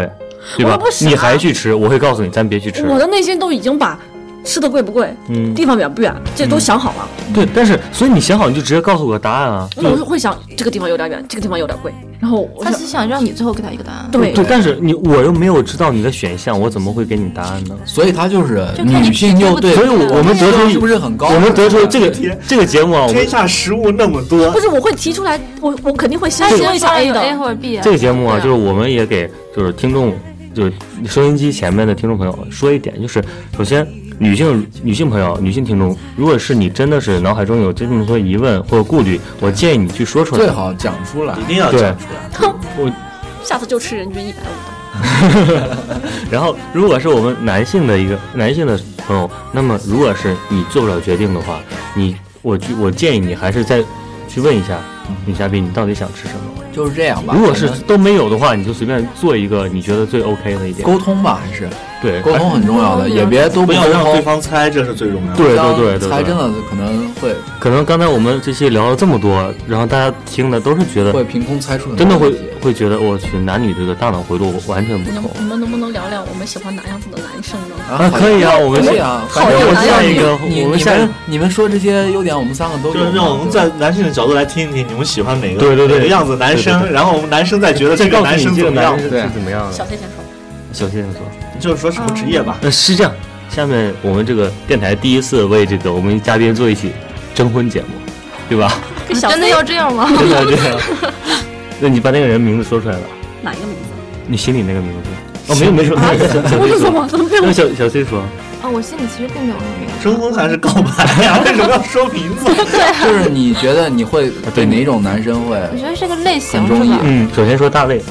对吧？你还去吃，我会告诉你，咱别去吃。 我的内心都已经把吃的贵不贵，地方远不远，这都想好了。 对，但是所以你想好你就直接告诉我答案啊。 我会想这个地方有点远，这个地方有点贵，然后他是想让你最后给他一个答案。 对，但是我又没有知道你的选项，我怎么会给你答案呢？ 所以他就是女性就对， 所以我们得出是不是很高？ 我们得出这个节目啊， 天下食物那么多， 不是我会提出来，我肯定会先说一下 A 的 A 或者 B 啊。 这个节目啊，就是我们也给就是听众，就是收音机前面的听众朋友说一点，就是首先。女性朋友、女性听众，如果是你真的是脑海中有这么多疑问或者顾虑，我建议你去说出来， 最好讲出来， 一定要讲出来。 我下次就吃人均150的。 然后，如果是我们男性的朋友，那么如果是你做不了决定的话，我建议你还是再去问一下女嘉宾，你到底想吃什么。 就是这样吧。 如果是都没有的话，你就随便做一个你觉得最 OK 的一点。 沟通吧，还是对， 沟通很重要的，也别都不要让对方猜，这是最重要的。对， 猜真的可能刚才我们这期聊了这么多，然后大家听的都是觉得会凭空猜出， 真的会觉得我去男女这个大脑回路完全不同。 我们能不能聊聊我们喜欢哪样子的男生呢？ 啊，可以啊，我们可以啊。 反正我下一个， 你们说这些优点，我们3个都有。 就是让我们在男性的角度来听一听，你们喜欢哪个哪个样子男生，然后我们男生再觉得这个男生怎么样， 是怎么样的。 小谢先说。 小谢先说， 就是说什么职业吧。 是这样，下面我们这个电台第一次为这个我们嘉宾做一期征婚节目，对吧？ 真的要这样吗？ 真的要这样。那你把那个人名字说出来了。 哪一个名字？ 你心里那个名字。哦，没说。 我是什么？怎么变？ 那小 C 说。 我心里其实并没有什么名字。 征婚还是告白呀？为什么要说名字？ 对， 就是你觉得你会对哪种男生会？ 我觉得是个类型是吧？ 首先说大类。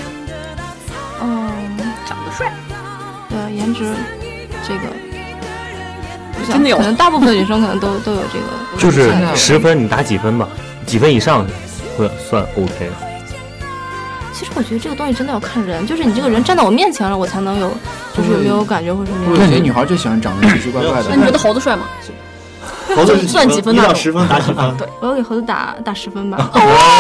长得帅。 对，颜值，这个。 真的有。 可能大部分的女生可能都有这个。 就是10分，你打几分吧？几分以上会算 OK。 其实我觉得这个东西真的要看人，就是你这个人站到我面前了，我才能有，就是有没有感觉或者什么。 有些女孩就喜欢长得奇奇怪怪的。 那你觉得猴子帅吗？ 猴子算几分？1 到10分打几分？ 对，我要给猴子打10分吧。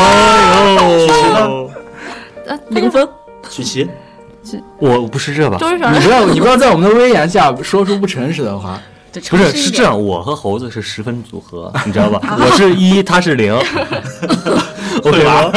哦 0分。 曲奇， 我不是这吧？ 你不要在我们的威严下说出不诚实的话。 不是，是这样，我和猴子是10分组合，你知道吧？我是1，他是0。OK 吗？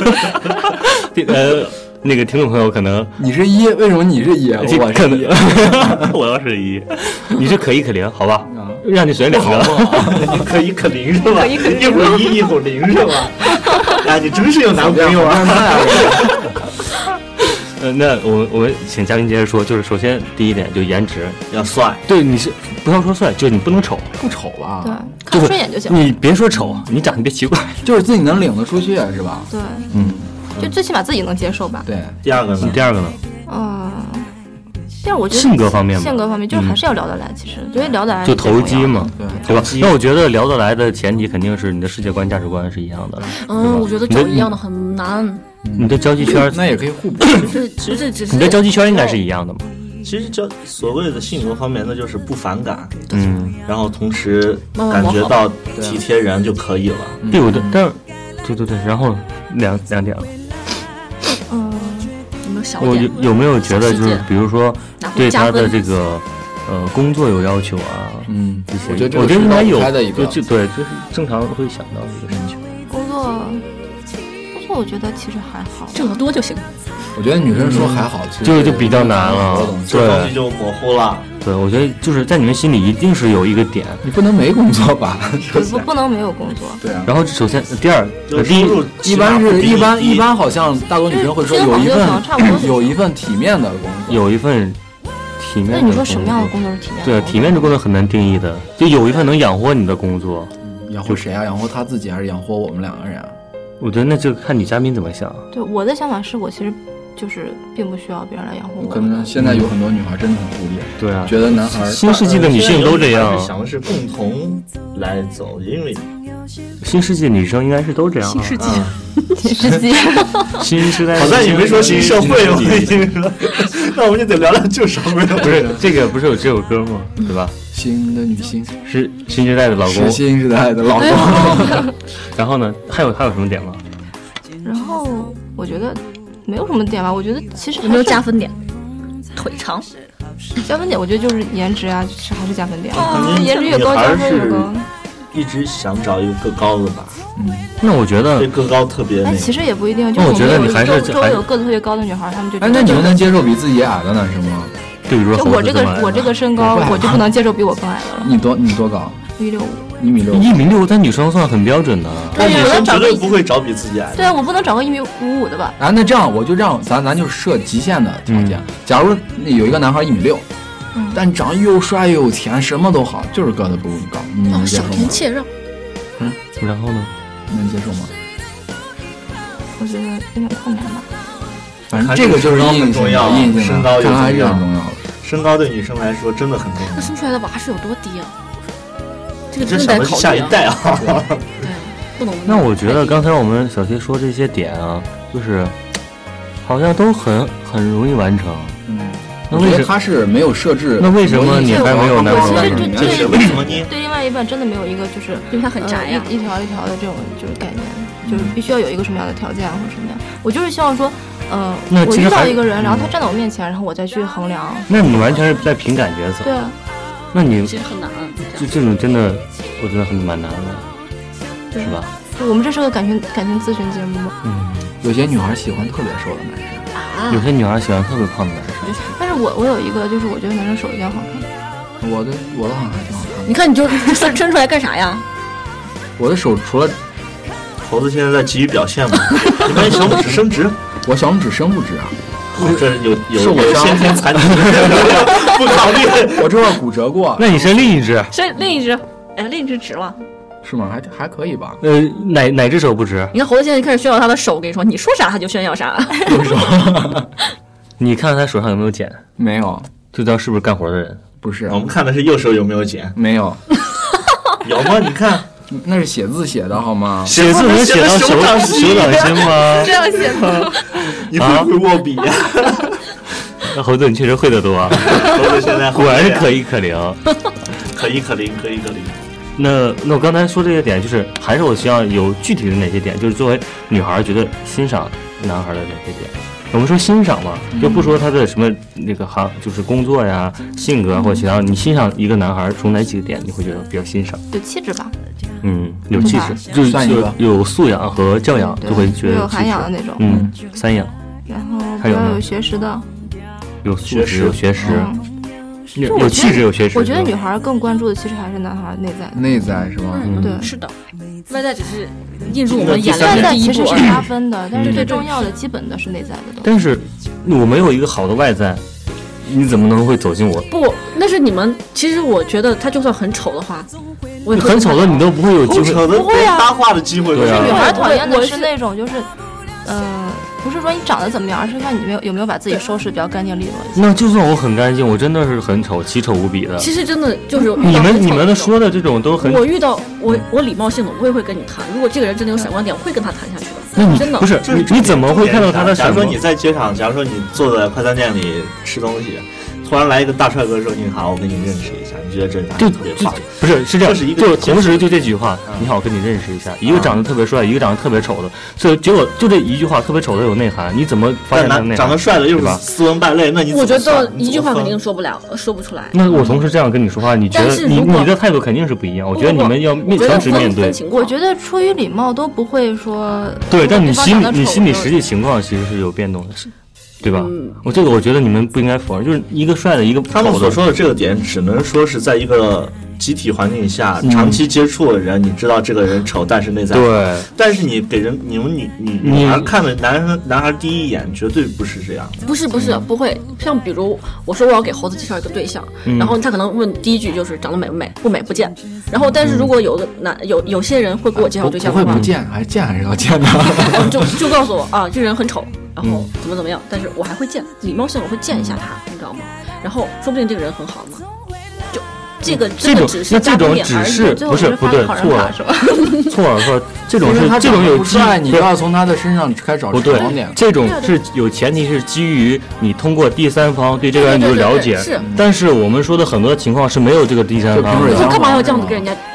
那个听众朋友可能你是1，为什么你是1？我可能我要是1，你是可1可0，好吧？让你选2个， 你可1可0是吧？一会儿1，一会儿0是吧？哎，你真是有男朋友啊！ 那我们请嘉宾接着说，就是首先第一点就颜值要帅， 对，你是不要说帅，就是你不能丑， 不丑吧？ 对，看顺眼就行。 你别说丑，你长得别奇怪， 就是自己能领得出去，是吧？ 对，就最起码自己能接受吧。 对， 第二个呢？ 第二个呢？ 但是我觉得性格方面就是还是要聊得来，其实觉得聊得来就投机嘛，对吧？ 那我觉得聊得来的前提肯定是你的世界观、价值观是一样的。 我觉得找一样的很难。 你的交际圈那也可以互补。 你的交际圈应该是一样的嘛？ 其实所谓的性格方面，那就是不反感，然后同时感觉到体贴人就可以了。 对，但是对，然后两点了。我有没有觉得就是比如说对他的这个工作有要求啊？这些我觉得应该有，就对，就是正常会想到的一个事情。 工作我觉得其实还好， 挣得多就行。 我觉得女生说还好， 就比较难了， 这东西就模糊了。 对，我觉得就是在你们心里一定是有一个点， 你不能没工作吧？ 不能没有工作。 对啊。 然后首先第二， 一般好像大多女生会说有一份体面的工作， 有一份体面的工作。 那你说什么样的工作是体面的？ 对，体面的工作很难定义的，就有一份能养活你的工作。 养活谁啊？养活他自己还是养活我们2个人啊？ 我觉得那就看女嘉宾怎么想。 对，我的想法是我其实就是并不需要别人来养活我。 可能现在有很多女孩真的很独立， 对啊， 觉得男孩新世纪的女性都这样， 想的是共同来走，因为新世纪女生应该是都这样。 新世纪， 新时代。 好在你没说新社会，我已经说，那我们就得聊聊旧社会了。 不是这个不是有这首歌吗？对吧？ 新的女性是新时代的老公， 是新时代的老公。 然后呢，还有什么点吗？ 然后我觉得没有什么点吧，我觉得其实有没有加分点？ 腿长。 加分点我觉得就是颜值啊，还是加分点。颜值越女高，加孩是分越高。 一直想找一个个高的吧， 那我觉得对个高特别那个。 其实也不一定，就是我觉得你还是周围有个子特别高的女孩，她们就那你们能接受比自己矮的男生吗？ 对，比如说我这个身高，我就不能接受比我更矮的了。 你多高 ？1.65。 1.6，但女生算很标准的。 但女生绝对不会找比自己矮的。 对啊，我不能找个1.55的吧？ 那这样我就让咱就设极限的条件。假如有一个男孩1.6米，但长又帅又有钱，什么都好，就是个子不够高，你能接受吗？ 小田切让。 然后呢？ 能接受吗？ 我觉得有点困难吧。 反正这个就是很重要，身高看还是很重要的。 身高对女生来说真的很重要。 那生出来的娃是有多低啊？这个真的得考虑下一代啊。 对，不能。 那我觉得刚才我们小谢说这些点啊，就是好像都很容易完成。 我觉得他是没有设置。 那为什么你还没有男朋友？ 就是为什么呢？ 对另外一半真的没有一个就是因为他很宅呀， 一条一条的这种就是概念，就是必须要有一个什么样的条件或者什么样。我就是希望说，我遇到一个人，然后他站在我面前，然后我再去衡量。 那你完全是在凭感觉走。 对啊。 那你其实很难。 这种真的，我觉得蛮难的，是吧？ 我们这是个感情咨询节目吗？ 有些女孩喜欢特别瘦的男生。 有些女孩喜欢特别胖的男生， 但是我有一个，就是我觉得男生手一定要好看。 我的好像还挺好看的。 你看，你就伸出来干啥呀？ 我的手除了猴子现在在急于表现嘛，你们小拇指伸直， 我小拇指伸不直啊。 这有先天残疾，不考虑。 我这块骨折过。 那你伸另一只？ 伸另一只，另一只直了。 是吗？还可以吧。 哪只手不直？ 你看猴子现在开始炫耀他的手，跟你说，你说啥他就炫耀啥。 你看他手上有没有茧？ 没有， 就知道是不是干活的人。 不是， 我们看的是右手有没有茧。 没有。 有吗？你看， 那是写字写的好吗？ 写字能写到手掌心吗？ 这样写的。 你会不会握笔呀？ 那猴子你确实会得多。 猴子现在果然是可一可零。 可一可零。 那我刚才说这些点，就是还是我希望有具体的哪些点，就是作为女孩觉得欣赏男孩的哪些点。我们说欣赏嘛，就不说他的什么那个就是工作呀、性格或者其他。你欣赏一个男孩，从哪几个点你会觉得比较欣赏？ 有气质吧。 有气质，就是有素养和教养，就会觉得有涵养的那种。 3样。 然后比较有学识的， 有素质、有学识。有气质有学识。 我觉得女孩更关注的其实还是男孩内在是吧？ 对， 是的，外在只是映入我们眼帘的第一步， 其实是加分的，但是最重要的基本的是内在的东西。 但是我没有一个好的外在，你怎么能会走进我？ 不，那是你们。其实我觉得他就算很丑的话， 很丑的你都不会有机会， 不会啊，搭话的机会。 对啊， 女孩讨厌的是那种就是，不是说你长得怎么样，而是看你有没有把自己收拾比较干净利落一些。 那就算我很干净，我真的是很丑，奇丑无比的。 其实真的就是你们说的这种都很。 我遇到我礼貌性的我也会跟你谈，如果这个人真的有闪光点，我会跟他谈下去的。 那你真的不是你怎么会看到他的？ 假如说你在街上，假如说你坐在快餐店里吃东西，突然来一个大帅哥说：“你好，我跟你认识一下。”你觉得这特别棒？ 不是这样，就同时就这句话，你好，我跟你认识一下。一个长得特别帅，一个长得特别丑的，所以结果就这一句话，特别丑的有内涵，你怎么发现他的内涵？ 长得帅的又是斯文败类，那你我觉得一句话肯定说不出来。 那我同时这样跟你说话，你觉得你的态度肯定是不一样。我觉得你们要诚实面对。 我觉得出于礼貌都不会说。 对，但你心里实际情况其实是有变动的。对吧？我觉得你们不应该否认，就是一个帅的，一个丑的。 他们所说的这个点，只能说是在一个集体环境下长期接触的人，你知道这个人丑，但是内在好。 对。 但是你给人你们女孩看的男孩第一眼绝对不是这样。 不是不会。像比如我说我要给猴子介绍一个对象，然后他可能问第一句就是长得美不美？不美不见。然后但是如果有些人会给我介绍对象的话， 不会不见，还是要见的。 就告诉我啊，这人很丑。然后怎么样？但是我还会见，礼貌性我会见一下他，你知道吗？然后说不定这个人很好呢。就这个真的只是这种只是不是不对，错了说这种有基于你要从他的身上开始找闪光点。 这种是有前提是基于你通过第三方对这个人有了解，但是我们说的很多情况是没有这个第三方的。 我干嘛要这样子跟人家？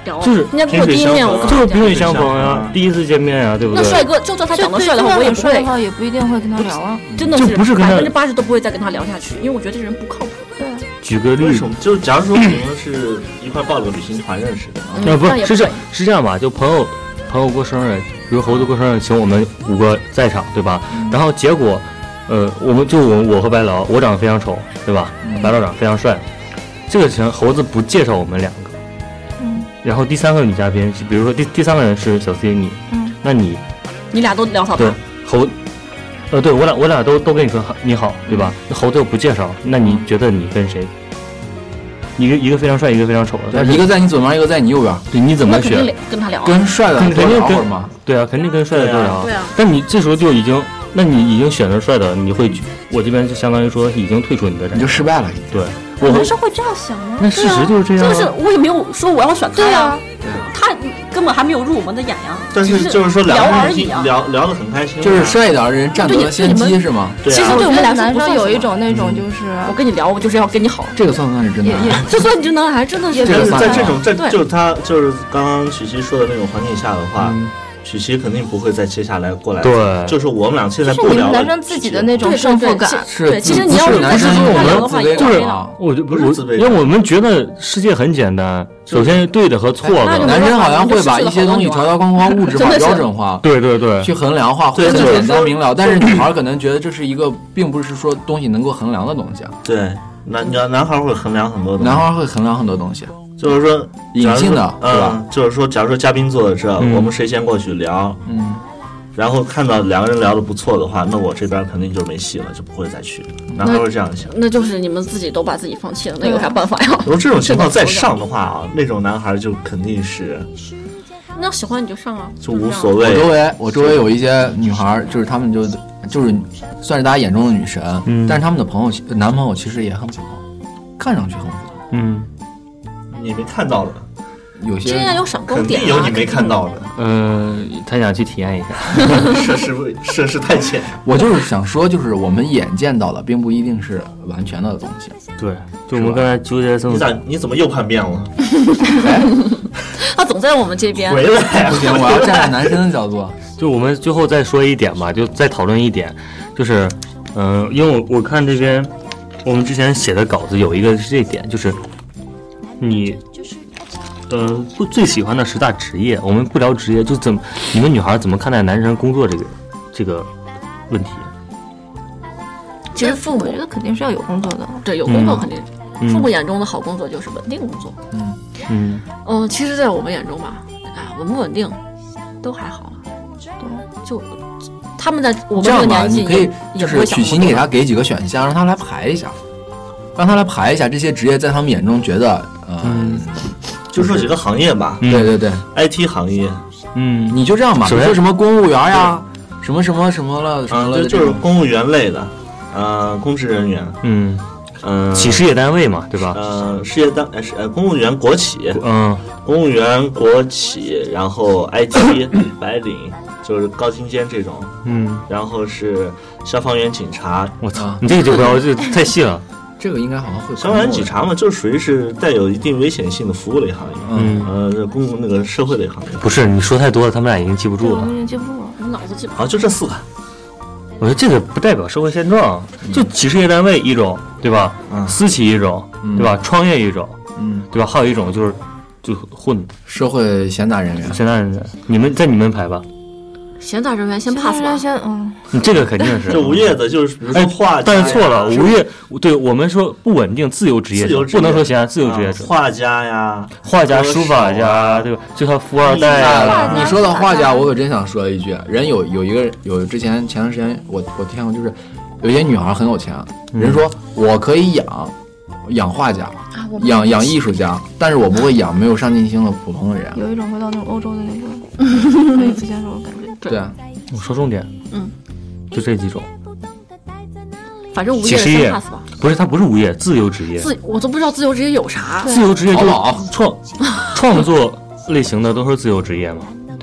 聊， 就是人家跟我第一面，我就是萍水相逢呀，第一次见面呀，对不对？ 那帅哥，就算他长得帅的话，我也不会， 也不一定会跟他聊啊。 真的是80%都不会再跟他聊下去，因为我觉得这人不靠谱。 对， 举个例子， 就是假如说你们是一块报了个旅行团认识的， 不是这样吧？就朋友过生日，比如猴子过生日，请我们5个在场，对吧？然后结果，我和白劳，我长得非常丑，对吧？白劳长得非常帅，这个情猴子不介绍我们2个，然后第3个女嘉宾，比如说第3个人是小 C 你，那你俩都聊好对猴。对我俩都跟你说你好，对吧？那猴子又不介绍，那你觉得你跟谁？一个非常帅，一个非常丑的， 一个在你左边，一个在你右边。 对，你怎么选？ 跟他聊， 跟帅的肯定跟吗？ 对啊，肯定跟帅的多聊。 对啊。 但你这时候就已经，那你已经选择帅的，你会，我这边就相当于说已经退出你的战， 你就失败了。 对， 男生会这样想吗？ 那事实就是这样。 就是我也没有说我要选他呀。他根本还没有入我们的眼呀， 但是就是说聊而已啊， 聊得很开心， 就是帅一点的人占得了先机是吗？ 对啊。 其实对我们来说， 男生有一种那种就是我跟你聊，我就是要跟你好， 这个算不算是真的？ 这算真的还真的是。 但是在这种就是他就是刚刚曲奇说的那种环境下的话。曲奇肯定不会再接下来过来， 对， 就是我们俩现在不聊了。 男生自己的那种胜负感， 对，其实你要是男生我们的话， 就是我就不是自卑，因为我们觉得世界很简单，首先对的和错的。 男生好像会把一些东西条条框框、物质化、标准化， 对对对， 去衡量化，会很简单明了。但是女孩可能觉得这是一个，并不是说东西能够衡量的东西啊。 对，男孩会衡量很多东西， 男孩会衡量很多东西。 就是说隐性的，对吧？ 就是说，假如说嘉宾坐在这，我们谁先过去聊，然后看到2个人聊得不错的话，那我这边肯定就没戏了，就不会再去。男孩会这样想， 那就是你们自己都把自己放弃了，那有啥办法呀？ 如果这种情况再上的话啊，那种男孩就肯定是， 那喜欢你就上啊， 就无所谓。 我周围有一些女孩，就是她们就是算是大家眼中的女神，但是她们的男朋友其实也很普通，看上去很普通， 你没看到的， 有些这样有闪光点， 肯定有你没看到的。 他想去体验一下， 涉世太浅。 我就是想说，就是我们眼见到的，并不一定是完全的东西。 对，就我们刚才纠结你怎么又叛变了？ 他总在我们这边。 回来， 不行，我要站在男生的角度。 就我们最后再说一点吧，就再讨论一点，就是，因为我看这边我们之前写的稿子有一个是这一点，就是你。最喜欢的10大职业，我们不聊职业，就你们女孩怎么看待男人工作这个问题？ 其实父母我觉得肯定是要有工作的， 对，有工作肯定。父母眼中的好工作就是稳定工作。其实，在我们眼中吧，稳不稳定都还好。对，就他们在我们这个年纪， 你可以就是曲奇，你给他给几个选项，让他来排一下，这些职业在他们眼中觉得， 就说几个行业吧， 对 ，IT 行业， 你就这样吧，你说什么公务员呀，什么了， 就是公务员类的，公职人员， 企事业单位嘛，对吧？ 事业公务员国企，公务员国企，然后 IT 白领，就是高精尖这种，然后是消防员、警察。 我操，你这个就不要，这太细了。 这个应该好像会。 消防员、警察嘛，就属于是带有一定危险性的服务类行业，公共那个社会类行业。 不是，你说太多了，他们俩已经记不住了。 已经记不住了， 我脑子记不住。 好，就这4个。 我觉得这个不代表社会现状，就企事业单位一种，对吧？私企一种，对吧？创业一种，对吧？还有一种就混社会闲杂人员。 你们排吧。 闲杂人员先 pass 吧， 你这个肯定是。 这无业的，就是比如说画家， 但是错了，无业，对我们说不稳定，自由职业者，不能说闲杂，自由职业者。 画家呀， 画家、书法家，对吧？就他富二代啊。 你说到画家，我可真想说一句，人有之前前段时间我听过，就是有些女孩很有钱，人说我可以养画家，养艺术家，但是我不会养没有上进心的普通的人。 有一种回到那种欧洲的那种可以自先手的感觉。 对， 我说重点，就这几种。 反正无业先 pass 吧。 不是，他不是无业，自由职业。 我都不知道自由职业有啥。 自由职业就是创作类型的都是自由职业嘛，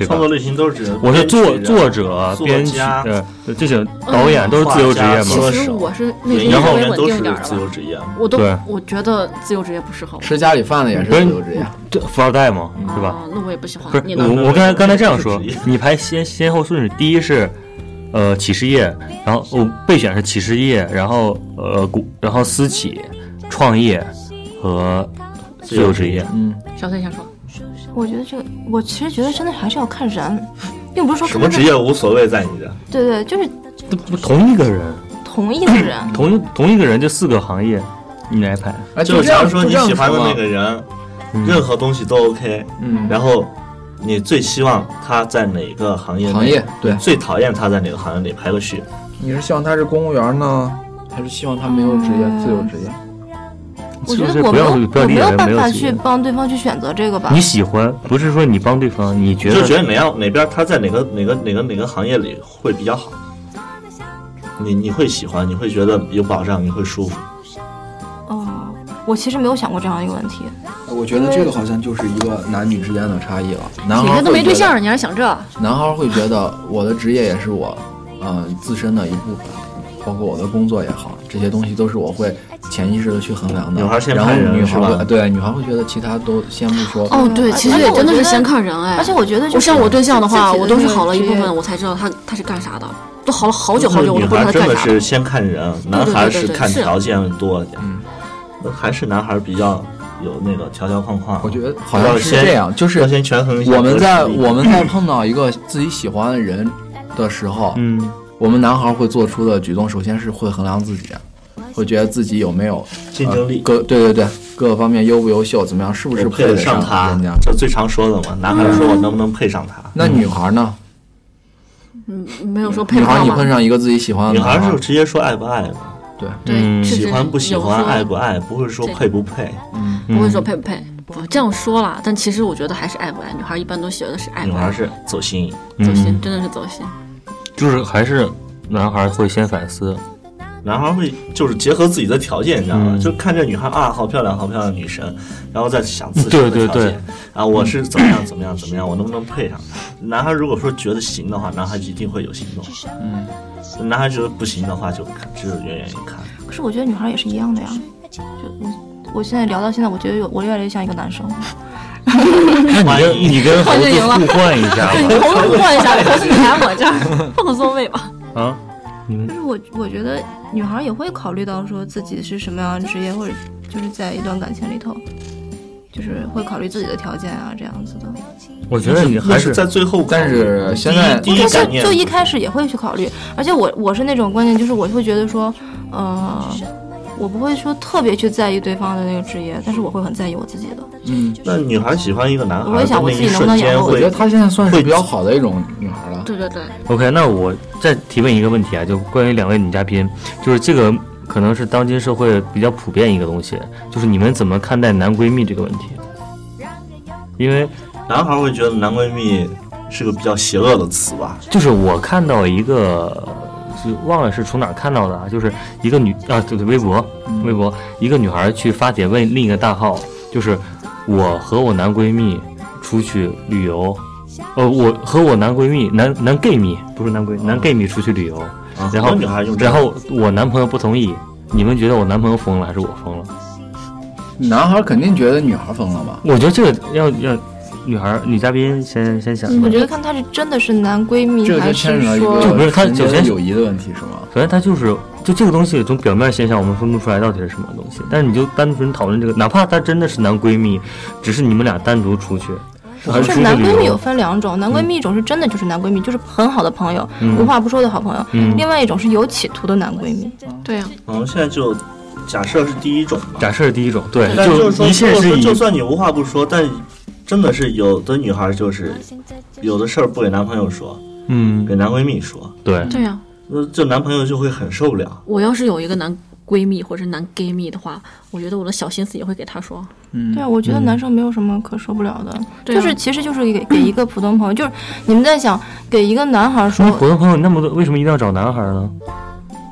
对吧？ 创作类型都是指我是作者、编剧，这些导演都是自由职业嘛。 其实我是那种然后稍微稳定一点自由职业， 我觉得自由职业不适合我。 吃家里饭的也是自由职业， 对，富二代嘛，对吧？ 那我也不喜欢。 不是，我刚才这样说，你排先后顺序，第一是企事业，然后备选是企事业，然后私企、创业和自由职业。 小崔先说。 我觉得这个，我其实觉得真的还是要看人，并不是说什么职业无所谓在你的。 对，就是同一个人， 同一个人， 同一个人，这4个行业，你来排。 就假如说你喜欢的那个人，任何东西都 OK，然后你最希望他在哪个行业对， 最讨厌他在哪个行业里排个序。 你是希望他是公务员呢，还是希望他没有职业，自由职业？ 我觉得我没有办法去帮对方去选择这个吧。 你喜欢，不是说你帮对方，你觉得哪边他在哪个行业里会比较好，你会喜欢，你会觉得有保障，你会舒服。 我其实没有想过这样一个问题。 我觉得这个好像就是一个男女之间的差异了。男孩都没对象，你还想这？ 男孩会觉得我的职业也是我自身的一部分，包括我的工作也好，这些东西都是我会潜意识的去衡量的。 女孩先看人， 女孩会觉得其他都先不说。 对，其实也真的是先看人哎。 而且我觉得， 像我对象的话，我都是好了一部分，我才知道他是干啥的，都好了好久，我都不知道他干啥。 真的是先看人，男孩是看条件多一点。还是男孩比较有那个条条框框。 我觉得好像是这样，就是要先权衡一下。 我们在碰到一个自己喜欢的人的时候，我们男孩会做出的举动，首先是会衡量自己，会觉得自己有没有竞争力， 对，各个方面优不优秀，怎么样，是不是配得上他？ 这最常说的嘛。男孩说我能不能配上他？ 那女孩呢？ 没有说配不上。 女孩你碰上一个自己喜欢的女孩就直接说爱不爱吧。 对， 喜欢不喜欢，爱不爱，不会说配不配， 不会说配不配。我这样说了，但其实我觉得还是爱不爱。女孩一般都喜欢的是爱不爱。 女孩是走心， 真的是走心。 就是还是男孩会先反思， 男孩会就是结合自己的条件，你知道吗？就看这女孩好漂亮，好漂亮女神，然后再想自身的条件。啊，我是怎么样，我能不能配上她？男孩如果说觉得行的话，男孩一定会有行动。男孩觉得不行的话，就只有远远一看。 可是我觉得女孩也是一样的呀。就我现在聊到现在，我觉得我越来越像一个男生。 那你跟猴子互换一下吧。 猴子换一下，猴子你来我这儿放松位吧。 就是我觉得女孩也会考虑到说自己是什么样的职业，或者就是在一段感情里头，就是会考虑自己的条件啊，这样子的。 我觉得你还是在最后， 但是现在第一概念就一开始也会去考虑，而且我是那种观念，就是我会觉得说，我不会说特别去在意对方的那个职业，但是我会很在意我自己的。 那女孩喜欢一个男孩， 我会想我自己能不能养活。 我觉得她现在算是比较好的一种女孩了。 对。 OK， 那我再提问一个问题啊，就关于2位女嘉宾，就是这个可能是当今社会比较普遍一个东西，就是你们怎么看待男闺蜜这个问题？因为男孩会觉得男闺蜜是个比较邪恶的词吧？ 就是我看到一个，忘了是从哪儿看到的，就是一个对微博，一个女孩去发帖问另一个大号，就是我和我男闺蜜出去旅游，我和我男闺蜜男 gay 蜜不是男闺男 gay 蜜出去旅游，然后我男朋友不同意，你们觉得我男朋友疯了还是我疯了？ 男孩肯定觉得女孩疯了吧？ 我觉得这个要女嘉宾先想。 我觉得看她是真的是男闺蜜，还是说就不是他首先友谊的问题是吗？ 首先他就这个东西从表面现象我们分不出来到底是什么东西，但是你就单纯讨论这个，哪怕他真的是男闺蜜，只是你们俩单独出去。 是男闺蜜有分2种，男闺蜜一种是真的就是男闺蜜，就是很好的朋友，无话不说的好朋友；另外一种是有企图的男闺蜜。 对呀， 现在就假设是第一种吧。 假设是第一种，对， 但就是一切是就算你无话不说，但真的是有的女孩就是有的事儿不给男朋友说，给男闺蜜说。 对呀， 这男朋友就会很受不了。 我要是有一个男闺蜜或者男 gay 蜜的话，我觉得我的小心思也会给他说。 对啊，我觉得男生没有什么可受不了的，就是其实就是给一个普通朋友，就是你们在想给一个男孩说， 普通朋友那么多，为什么一定要找男孩呢？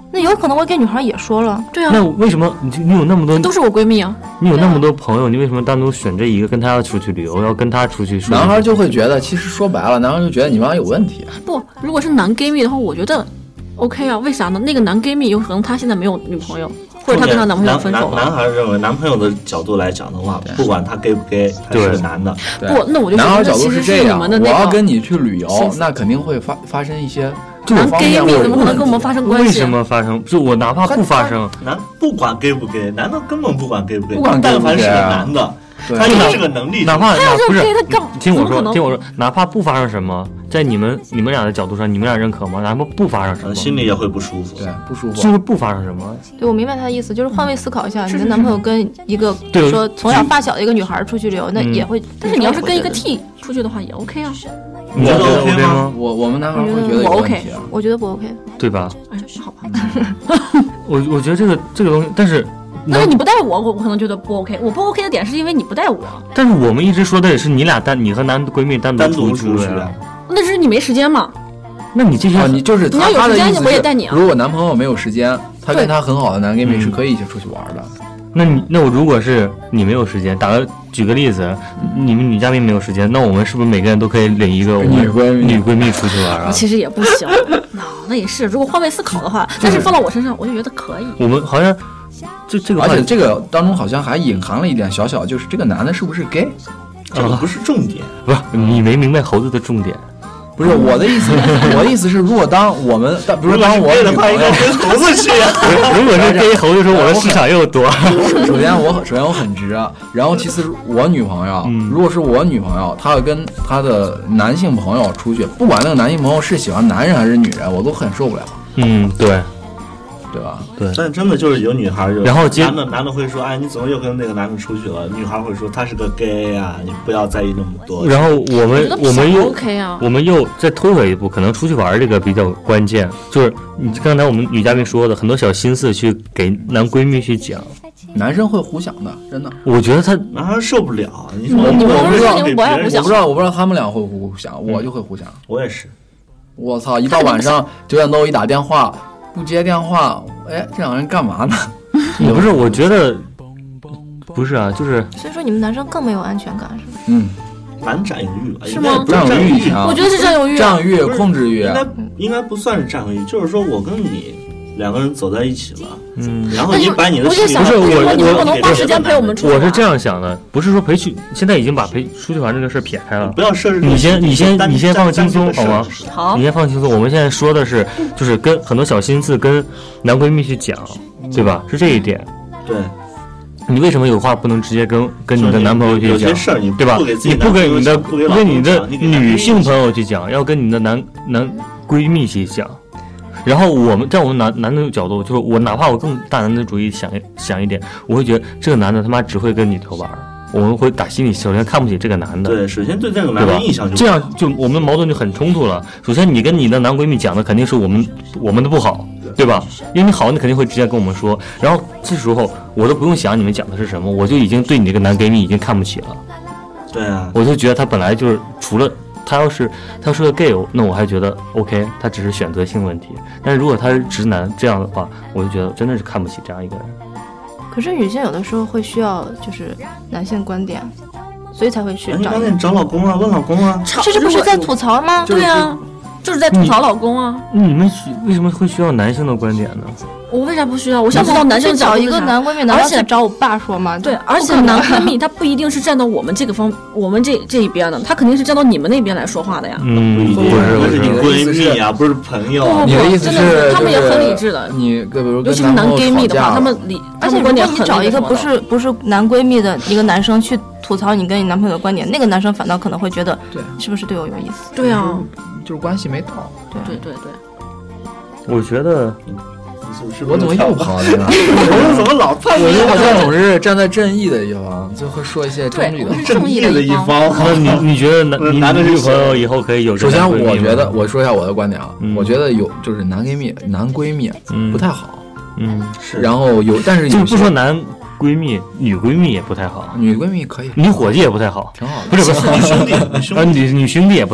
那有可能我给女孩也说了。 对啊， 那为什么你有那么多都是我闺蜜啊？ 你有那么多朋友，你为什么单独选这一个跟他要出去旅游，要跟他出去？ 男孩就会觉得，其实说白了，男孩就觉得你们俩有问题。 不，如果是男 gay 蜜的话，我觉得 OK 啊。为啥呢？那个男 gay 蜜有可能他现在没有女朋友，或者他跟他男朋友分手了。 男孩认为，男朋友的角度来讲的话，不管他 gay 不 gay， 他是个男的。 不，那我就说男孩角度是这样， 我要跟你去旅游，那肯定会发生一些。 男 gay 蜜怎么可能跟我们发生关系？ 为什么发生？就我哪怕不发生， 不管 gay 不 gay， 男的根本不管 gay 不 gay， 不管但凡是个男的，他也是个能力。 哪怕不是，听我说，哪怕不发生什么，在你们俩的角度上，你们俩认可吗？哪怕不发生什么， 心里也会不舒服。 对，不舒服。 就是不发生什么。 对，我明白他的意思，就是换位思考一下，你的男朋友跟一个说从小发小的一个女孩出去旅游，那也会。 但是你要是跟一个 T 出去的话，也 OK 啊。 你觉得 OK 吗？ 我们男孩会觉得我 OK， 我觉得不 OK， 对吧？ 哎，好吧。 我觉得这个东西，但是你不带我可能觉得不 OK。我不 OK 的点是因为你不带我。 但是我们一直说的也是你和男闺蜜单独出去啊。 那是你没时间嘛？ 那你这些你就是你要有时间我也带你啊。 如果男朋友没有时间，他跟他很好的男闺蜜是可以一起出去玩的。 那我如果是你没有时间，举个例子，你们女嘉宾没有时间，那我们是不是每个人都可以领一个女闺蜜出去玩啊？ 其实也不行，那也是。如果换位思考的话，但是放到我身上，我就觉得可以。 我们好像这个， 而且这个当中好像还隐含了一点小，就是这个男的是不是 gay？ 这个不是重点， 不是你没明白猴子的重点。 不是我的意思是，如果当我们，比如当我的话，应该跟猴子去。 如果是跟猴子说，我的市场又多。 首先我很直，然后其次我女朋友，如果是我女朋友，她要跟她的男性朋友出去，不管那个男性朋友是喜欢男人还是女人，我都很受不了。对吧？ 对。 但真的就是有女孩， 然后男的会说，哎，你怎么又跟那个男的出去了？女孩会说他是个 gay 啊，你不要在意那么多。 然后我们又再推回一步，可能出去玩这个比较关键，就是你刚才我们女嘉宾说的很多小心思去给男闺蜜去讲。 男生会胡想的，真的。 我觉得男孩受不了。你说我不知道他们俩会胡想，我就会胡想。 我也是。 我操！一到晚上9点多一打电话。不接电话，哎，这两个人干嘛呢？ 也不是，我觉得不是啊，就是。 所以说你们男生更没有安全感，是吗？ 蛮占有欲吧？ 是吗？ 占有欲强， 我觉得是占有欲。 占有欲、控制欲， 应该不算是占有欲，就是说我跟你两个人走在一起了，然后你把你的不是我不能花时间陪我们出去。 我是这样想的，不是说陪去，现在已经把陪出去玩这个事撇开了。 不要设置。 你先放轻松好吗？ 好， 你先放轻松。我们现在说的是，就是跟很多小心思跟男闺蜜去讲，对吧？是这一点。 对。 你为什么有话不能直接跟你的男朋友去讲？对吧？你不跟你的女性朋友去讲，要跟你的男闺蜜去讲。然后在我们男的角度，就是我哪怕我更大男子主义想一点，我会觉得这个男的他妈只会跟女头玩，我们会打心里首先看不起这个男的。 对，首先对这个男的印象就这样，就我们的矛盾就很冲突了。首先你跟你的男闺蜜讲的肯定是我们的不好，对吧？因为你好，你肯定会直接跟我们说。然后这时候我都不用想你们讲的是什么，我就已经对你这个男闺蜜已经看不起了。 对啊， 我就觉得他本来就是除了。他要是个 gay， 那我还觉得 OK， 他只是选择性问题。但是如果他是直男这样的话，我就觉得真的是看不起这样一个人。 可是女性有的时候会需要就是男性观点，所以才会去找。 你找老公啊，问老公啊， 这不是在吐槽吗？ 对啊，就是在吐槽老公啊。 你们为什么会需要男性的观点呢？ 我为啥不需要？我想知道男生找一个男闺蜜，而且找我爸说嘛。 对，而且男闺蜜他不一定是站到我们这一边的，他肯定是站到你们那边来说话的呀。 不是你闺蜜啊，不是朋友。 你的意思是， 他们也很理智的。 你比如尤其是男闺蜜的话，他们而且如果你找一个不是男闺蜜的一个男生去吐槽你跟你男朋友的观点，那个男生反倒可能会觉得，对，是不是对我有意思？ 对啊， 就是关系没到。 对。 我觉得。 我怎么又跑了呢？ 我怎么老叛逆？ 我好像总是站在正义的一方，就会说一些中立的。 正义的一方。 那你觉得你女朋友以后可以有？ 首先，我觉得我说一下我的观点啊，我觉得有就是男闺蜜不太好。 是。 然后但是就不说男闺蜜，女闺蜜也不太好。 女闺蜜可以。 女伙计也不太好， 挺好的。 不是女兄弟也不太好。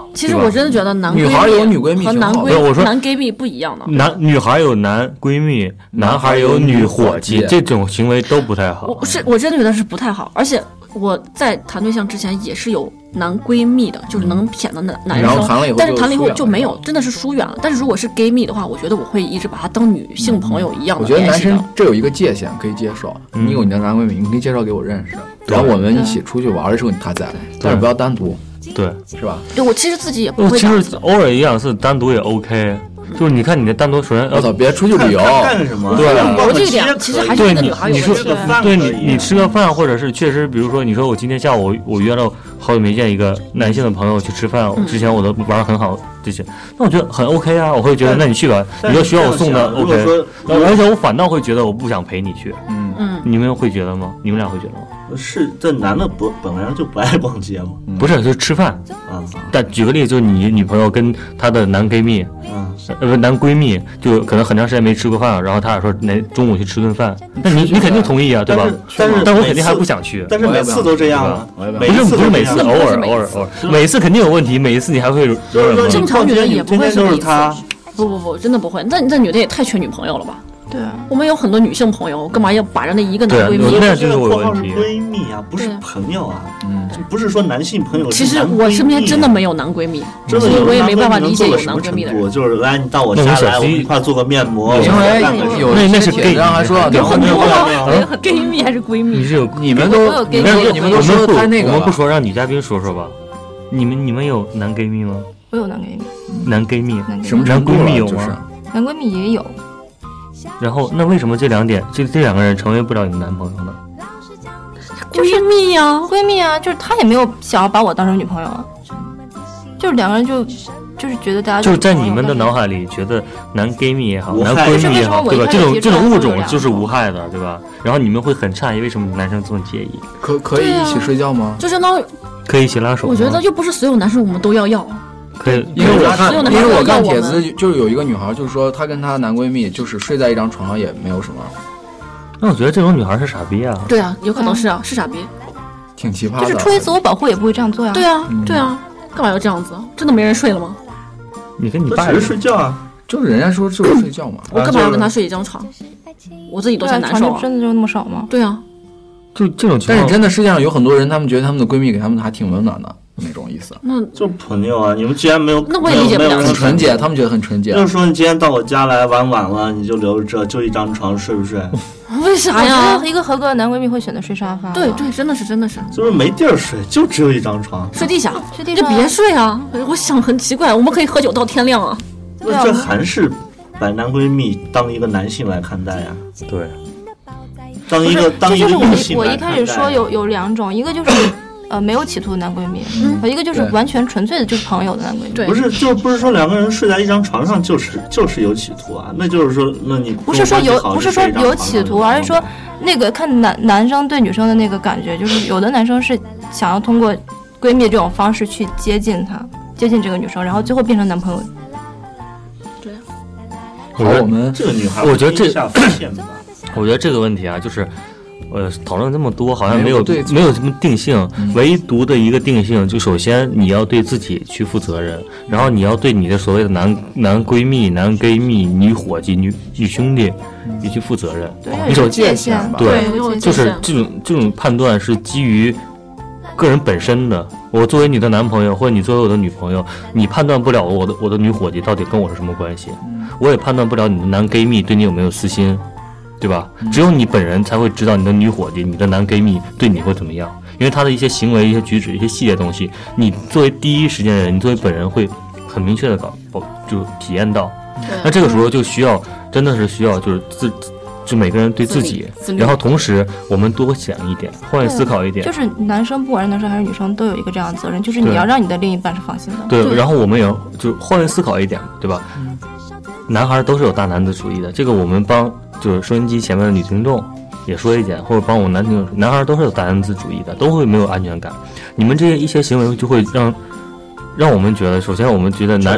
其实我真的觉得男闺蜜女孩有女闺蜜和男我说男闺蜜不一样的。 女孩有男闺蜜，男孩有女伙计，这种行为都不太好。 我真的觉得是不太好，而且我在谈对象之前也是有男闺蜜的，就是能谝的男生，但是谈了以后就没有，真的是疏远了。但是如果是 gay 蜜的话，我觉得我会一直把她当女性朋友一样的联系的。我觉得男生这有一个界限可以接受，你有你的男闺蜜，你可以介绍给我认识，然后我们一起出去玩的时候他在，但是不要单独， 对， 是吧？ 对，我其实自己也不会。 其实偶尔1、2次单独也 OK。就是你看你的单独，首先我操，别出去旅游干什么？ 对， 我这个点其实还是跟女孩有问题。 对你吃个饭，或者是确实，比如说你说我今天下午我约了好久没见一个男性的朋友去吃饭，之前我都玩得很好这些，那我觉得很 OK 啊，我会觉得那你去吧，你说需要我送的 OK， 而且我反倒会觉得我不想陪你去。你们会觉得吗？你们俩会觉得吗？ 是这男的本来就不爱逛街吗？ 不是，就是吃饭啊。但举个例子，就是你女朋友跟她的男闺蜜，男闺蜜，就可能很长时间没吃过饭，然后他俩说中午去吃顿饭，那你肯定同意啊，对吧？但我肯定还不想去。 但是每次都这样啊， 不是每次，偶尔，每次肯定有问题，每一次你还会正常女人也不会是每次。 不，真的不会。那女的也太缺女朋友了吧？ 对， 我们有很多女性朋友，干嘛要把人那一个男闺蜜？ 那就是我有问题。 闺蜜啊，不是朋友啊，不是说男性朋友。 其实我身边真的没有男闺蜜，所以我也没办法理解有男闺蜜的人。 就是来，你到我家来，我们一块做个面膜。 因为有那是 gay， 还说有很多 gay 蜜还是闺蜜？ 你们都说他那个， 我们不说，让女嘉宾说说吧。你们有男闺蜜吗？ 我有男闺蜜。 男闺蜜什么男闺蜜有吗？ 男闺蜜也有。 然后那为什么这两个人成为不了你男朋友呢？ 闺蜜呀， 闺蜜啊，就是他也没有想要把我当成女朋友啊，就是两个人就是觉得大家就是在你们的脑海里觉得男闺蜜也好，男闺蜜也好，对吧？这种物种就是无害的，对吧？然后你们会很诧异为什么男生这么介意？ 可以一起睡觉吗？ 就相当于可以一起拉手吗？ 我觉得又不是所有男生我们都要。 可以， 因为我看帖子就是有一个女孩，就是说她跟她男闺蜜就是睡在一张床上也没有什么。 那我觉得这种女孩是傻逼啊。 对啊，有可能是啊，是傻逼， 挺奇葩的。 就是出于自我保护也不会这样做呀。 对啊，对啊，干嘛要这样子？真的没人睡了吗？ 你跟你爸人睡觉啊， 就是人家说就是睡觉嘛。 我干嘛要跟他睡一张床？我自己都嫌难受啊。 真的就那么少吗？ 对啊， 就这种情况。 但是真的世界上有很多人，他们觉得他们的闺蜜给他们还挺温暖的。那种意思， 那就朋友啊！你们既然没有， 那我也理解不了， 很纯洁，他们觉得很纯洁。 就是说，你今天到我家来玩晚了，你就留着这，就一张床，睡不睡？ 为啥呀？ 一个合格的男闺蜜会选择睡沙发。 对，真的是。 就是没地儿睡，就只有一张床， 睡地下，就别睡啊！我想很奇怪，我们可以喝酒到天亮啊。 那这还是把男闺蜜当一个男性来看待呀？ 对， 当一个异性来看待。 我一开始说有两种，一个就是。没有企图的男闺蜜，和一个就是完全纯粹的就是朋友的男闺蜜。 对， 不是说两个人睡在一张床上就是有企图啊？那就是说，那你不是说有企图，而是说那个看男生对女生的那个感觉，就是有的男生是想要通过闺蜜这种方式去接近这个女生，然后最后变成男朋友。 对。 我们这个女孩， 我觉得这个问题啊，就是。讨论这么多，好像没有什么定性，唯独的一个定性，就首先你要对自己去负责任，然后你要对你的所谓的男闺蜜、男 gay 蜜、女伙计、女兄弟，你去负责任。 你有界限， 对，就是这种判断是基于个人本身的。我作为你的男朋友，或者你作为我的女朋友，你判断不了我的女伙计到底跟我是什么关系，我也判断不了你的男 gay 蜜对你有没有私心。对吧？只有你本人才会知道你的女伙计、你的男闺蜜对你会怎么样，因为他的一些行为、一些举止、一些细节东西，你作为第一时间的人，你作为本人会很明确的就体验到。那这个时候就需要，真的是需要，就是就每个人对自己，然后同时我们多想一点，换位思考一点。 就是男生，不管是男生还是女生，都有一个这样的责任，就是你要让你的另一半是放心的。 对，然后我们也就换位思考一点，对吧？男孩都是有大男子主义的，这个我们帮就是收音机前面的女听众也说一点，或者帮我们男听众，男孩都是有大男子主义的，都会没有安全感。你们这一些行为就会让我们觉得，首先我们觉得男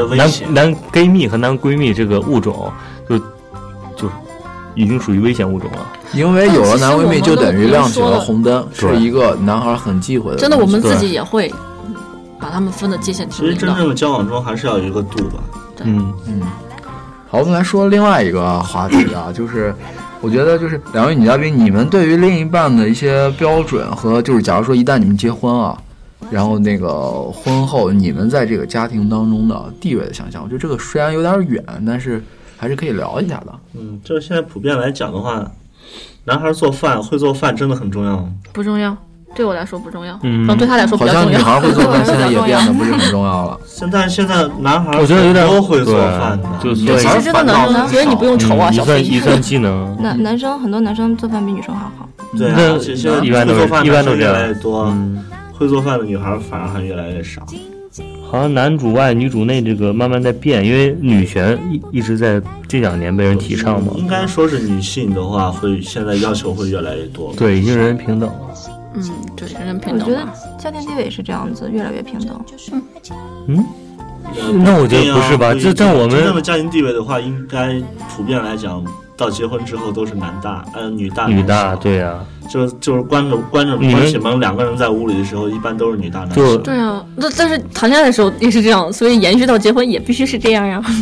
gay 蜜和男闺蜜这个物种就已经属于危险物种了。 因为有了男闺蜜就等于亮起了红灯，是一个男孩很忌讳的。 真的，我们自己也会。 把他们分的界限其挺明的。 实真正的交往中还是要有一个度吧。 好，我们来说另外一个话题啊，就是我觉得就是两位女嘉宾，你们对于另一半的一些标准和就是假如说一旦你们结婚啊，然后那个婚后你们在这个家庭当中的地位的想象，我觉得这个虽然有点远，但是还是可以聊一下的。 就是现在普遍来讲的话，男孩做饭会做饭真的很重要吗？ 不重要，对我来说不重要，可能对他来说比好较重要。 像女孩会做饭现在也变得不是很重要了。 现在男孩我觉得有点都会做饭的， 就其实这个男生，所以你不用愁啊，小飞。 一算技能。 男生很多男生做饭比女生还好。 对啊，而且现在一般都会做饭这样越来越多，会做饭的女孩反而还越来越少。 好像男主外女主内这个慢慢在变，因为女权一直在这2年被人提倡嘛。 应该说是女性的话现在要求会越来越多。 对，已经人人平等了。 对，人人平等。 我觉得家庭地位是这样子，越来越平等。 那我觉得不是吧？这在我们真正的家庭地位的话，应该普遍来讲，到结婚之后都是女大， 对啊， 就是关着关起门，两个人在屋里的时候，一般都是女大男小。 对啊，但是谈恋爱的时候也是这样，所以延续到结婚也必须是这样呀。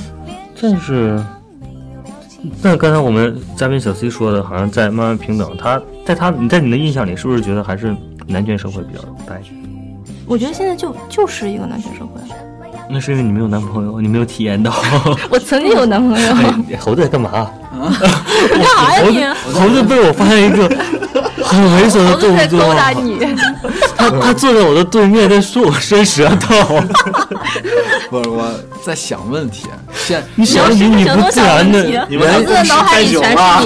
但刚才我们嘉宾小 C 说的，好像在慢慢平等。你在你的印象里，是不是觉得还是男权社会比较大一些？ 我觉得现在就是一个男权社会。 那是因为你没有男朋友，你没有体验到。 我曾经有男朋友。 猴子在干嘛？ 干啥呀你？ 猴子被我发现一个很猥琐的动作。猴子在勾搭你。 他坐在我的对面，在说我伸舌头。 不是，我在想问题。 你想你不自然的， 猴子的脑海里全是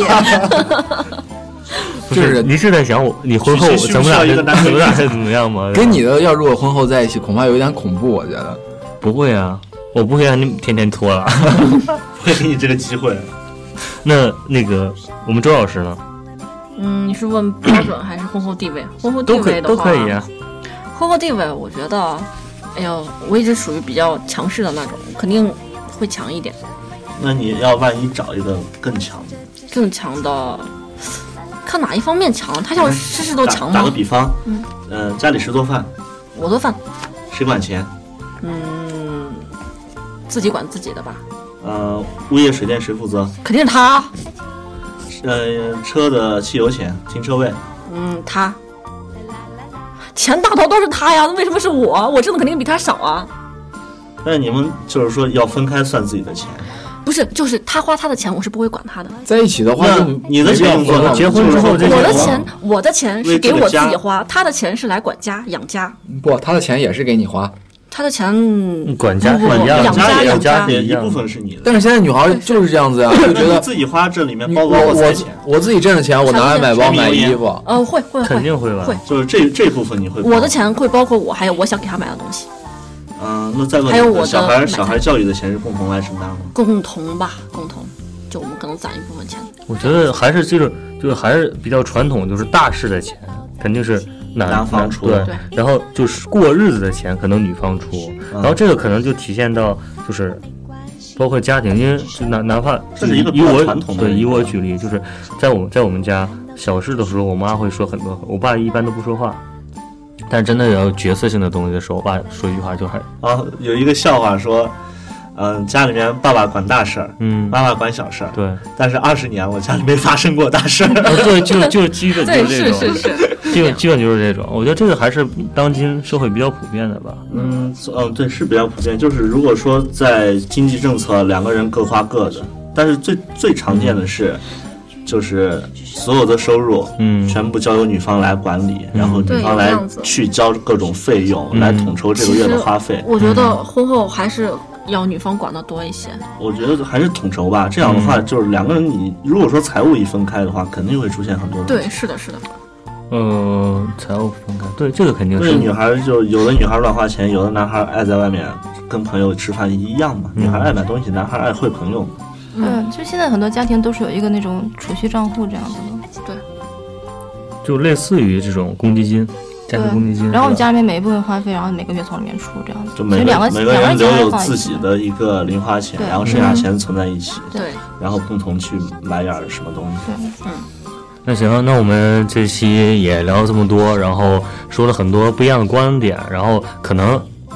你。就是你是在想你婚后咱们俩是怎么样吗？ 跟你的要如果婚后在一起，恐怕有点恐怖，我觉得。 不会啊，我不会让你天天拖了， 不会给你这个机会。 那个我们周老师呢？ 你是问标准还是婚后地位？婚后地位的话都可以啊。 婚后地位，我觉得，我一直属于比较强势的那种，肯定会强一点。 那你要万一找一个更强的，看哪一方面强？他要事都强吗？ 打个比方，家里谁做饭？ 我做饭。 谁管钱？ 自己管自己的吧。 物业水电谁负责？ 肯定是他。 车的汽油钱、停车位， 他。钱大头都是他呀，那为什么是我？我挣的肯定比他少啊。 那你们就是说要分开算自己的钱？ 不是，就是他花他的钱，我是不会管他的。 在一起的话， 你的钱用作结婚之后， 我的钱是给我自己花，他的钱是来管家养家。 不，他的钱也是给你花。 他的钱管家养家也一部分是你的。 但是现在女孩就是这样子呀，就觉得自己花这里面包括我钱， 我自己挣的钱，我拿来买包买衣服。 会肯定会吧？ 会， 就是这部分你会。 我的钱会包括我，还有我想给他买的东西。 那再问， 还有我的小孩教育的钱是共同来承担吗？ 共同，就我们可能攒一部分钱。 我觉得还是就是还是比较传统，就是大事的钱肯定是男方出， 对，然后就是过日子的钱可能女方出，然后这个可能就体现到就是包括家庭，因为就哪怕这是一个比较传统的， 以我举例，就是在我们家小事的时候，我妈会说很多，我爸一般都不说话。但真的有角色性的东西的时候，我爸说一句话就还有一个笑话说，家里面爸爸管大事儿，妈妈管小事儿， 对。 但是20年我家里没发生过大事儿， 对，就基本就是这种， 是， 基本就是这种。我觉得这个还是当今社会比较普遍的吧。 对，是比较普遍。就是如果说在经济政策两个人各花各的，但是最常见的是。就是所有的收入，全部交由女方来管理，然后女方来去交各种费用，来统筹这个月的花费。 我觉得婚后还是要女方管的多一些。 我觉得还是统筹吧，这样的话就是两个人，你如果说财务一分开的话，肯定会出现很多问题。 对，是的。 财务分开，对，这个肯定是。 对，女孩就有的女孩乱花钱，有的男孩爱在外面跟朋友吃饭一样嘛。女孩爱买东西，男孩爱会朋友。 就现在很多家庭都是有一个那种储蓄账户这样子的， 对， 就类似于这种公积金，家庭公积金。 然后家里面每一部分花费，然后每个月从里面出，这样子。 就每个人留有自己的一个零花钱，然后剩下钱存在一起， 对， 然后共同去买点什么东西。 对， 那行，那我们这期也聊了这么多，然后说了很多不一样的观点，然后可能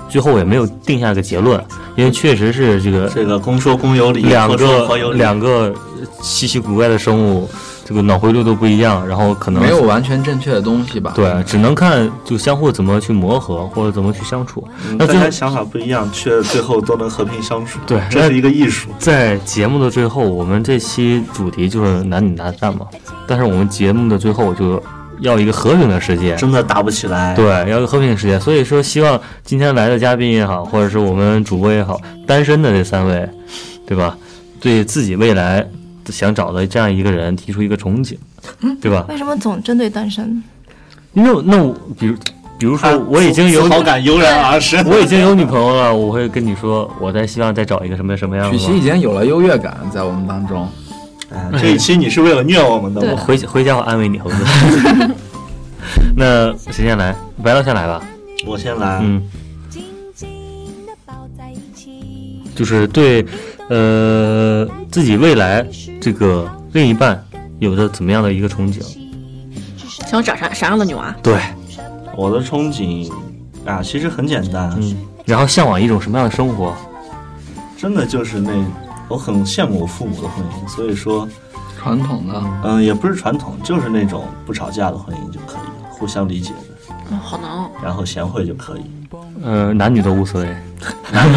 最后也没有定下个结论，因为确实是这个公说公有理， 两个稀奇古怪的生物，这个脑回路都不一样，然后可能没有完全正确的东西吧？ 对，只能看就相互怎么去磨合或者怎么去相处。 大家想法不一样，却最后都能和平相处。 对， 这是一个艺术。 在节目的最后，我们这期主题就是男女大战嘛，但是我们节目的最后就要一个和平的世界， 真的打不起来。 对，要一个和平的世界。所以说，希望今天来的嘉宾也好，或者是我们主播也好，单身的这3位，对吧？对自己未来想找的这样一个人提出一个憧憬，对吧？ 为什么总针对单身？ 那我比如说我已经有好感油然而生， 我已经有女朋友了，我会跟你说，我在希望再找一个什么样的。 曲奇已经有了优越感在我们当中。 这一期你是为了虐我们的， 我回家我安慰你，猴子。那谁先来？白狼先来吧。 我先来。 就是对自己未来这个另一半有着怎么样的一个憧憬？ 想找啥样的女娃？ 对， 我的憧憬啊，其实很简单。 然后向往一种什么样的生活？ 真的就是我很羡慕我父母的婚姻，所以说传统的， 也不是传统，就是那种不吵架的婚姻就可以，互相理解的。 好难哦。 然后贤惠就可以。 男女都无所谓。 男女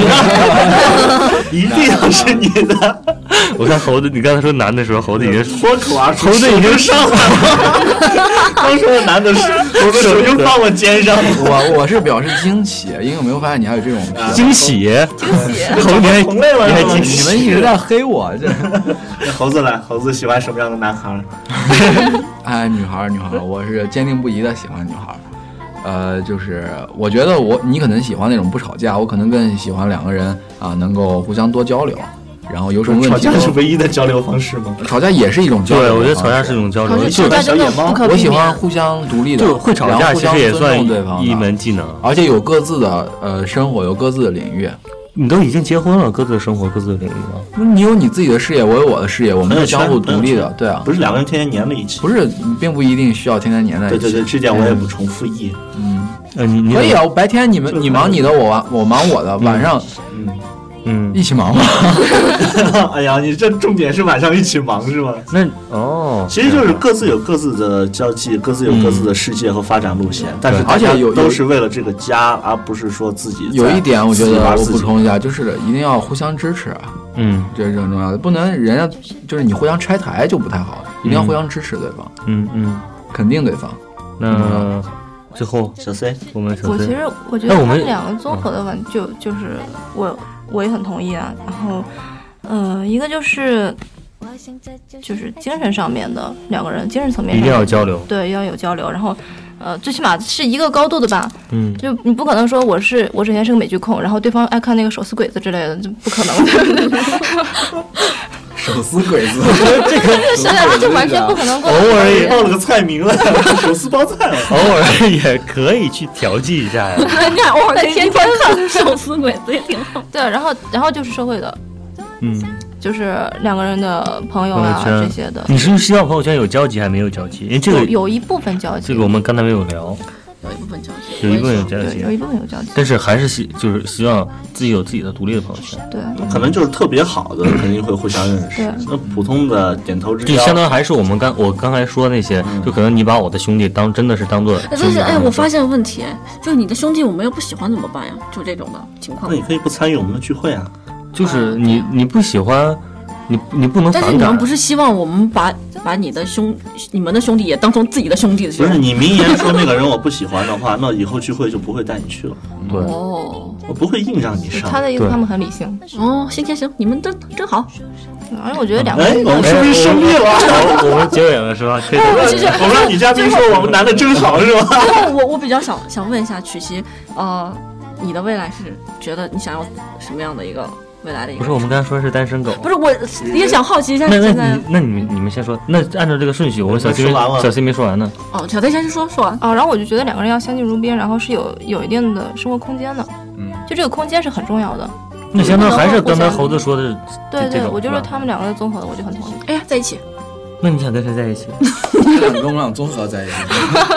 一定要是你的。 我看猴子，你刚才说男的时候，猴子已经脱口而出， 猴子已经上来了。刚说男的，我的手就放我肩上。 我是表示惊喜，因为我没有发现你还有这种惊喜。 猴子同类了， 你们一直在黑我。这猴子来，猴子喜欢什么样的男孩？ 女孩，我是坚定不移的喜欢女孩。就是我觉得你可能喜欢那种不吵架，我可能更喜欢2个人能够互相多交流，然后有什么问题。 吵架是唯一的交流方式吗？ 吵架也是一种交流。 对，我觉得吵架是一种交流。 吵架真的不可避免。 我喜欢互相独立的， 就会吵架其实也算一门技能， 而且有各自的生活，有各自的领域。 你都已经结婚了，各自的生活，各自的领域了。 你有你自己的事业，我有我的事业，我们是相互独立的，对啊。 不是2个人天天黏在一起。 不是，并不一定需要天天黏在一起。 对，这点我也补充复议。 你可以啊，白天你忙你的，我忙我的，晚上一起忙嘛。 哎呀，你这重点是晚上一起忙是吗？其实就是各自有各自的交际，各自有各自的世界和发展路线，但是而且都是为了这个家，而不是说自己。 有一点我觉得我补充一下，就是一定要互相支持。这是很重要的，不能人家就是你互相拆台就不太好，一定要互相支持对方。肯定对方。 那最后小 C， 我其实我觉得他们2个综合的就是我也很同意啊。然后一个就是精神上面的2个人，精神层面上一定要交流， 对，要有交流。然后最起码是一个高度的吧。就你不可能说我之前是个美剧控，然后对方爱看那个手撕鬼子之类的，就不可能，对不对？ 手撕鬼子， 这个想想他就完全不可能。 偶尔也报了个菜名了，手撕包菜了。 偶尔也可以去调剂一下呀。 你看偶尔天天看手撕鬼子也挺好。 对，然后就是社会的，就是2个人的朋友啊这些的。 你是希望朋友圈有交集还没有交集？因为这个有一部分交集， 这个我们刚才没有聊。 有一部分交集， 有一部分有交集， 有一部分有交集， 但是还是就是希望自己有自己的独立的朋友圈。 对， 可能就是特别好的，肯定会互相认识。那普通的点头之交， 就相当于还是我刚才说那些，就可能你把我的兄弟真的是当做。 但是我发现问题，就是你的兄弟我们又不喜欢怎么办呀？就这种的情况。 那你可以不参与我们的聚会啊。 就是你不喜欢。你不能反感。 但是你们不是希望我们把你们的兄弟也当成自己的兄弟的？ 不是，你明言说那个人我不喜欢的话，那以后聚会就不会带你去了。 对， 我不会硬让你上。 他的意思他们很理性。 行，你们真好。 而且我觉得2个人， 我们是不是胜利了？ 我们结尾了是吧？ 我们让女嘉宾说我们男的真好是吧？ 最后我比较想问一下曲奇，你的未来是觉得你想要什么样的一个？未来的一个不是我们刚才说是单身狗， 不是我也想好奇一下。 那你们先说，那按照这个顺序，我们小 C 没说完呢。 小 C 先说完。 然后我就觉得2个人要相敬如宾，然后是有一定的生活空间的。就这个空间是很重要的。 那相当于还是刚才猴子说的。 对，我觉得他们2个的综合的，我就很同意。 哎呀，在一起。 那你想跟谁在一起？ 跟我们俩综合在一起。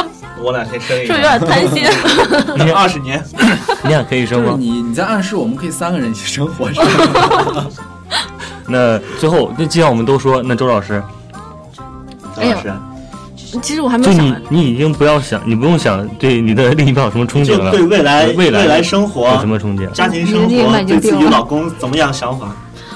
我俩先生一个， 是不是有点贪心？ 你20年， 你俩可以生吗？ 你在暗示我们可以3个人一起生活是吧？ 那最后，那既然我们都说，那周老师， 周老师， 其实我还没就想完。 你已经不用想对你的另一半有什么憧憬了， 就对未来生活有什么憧憬？ 家庭生活，对自己老公怎么样想法？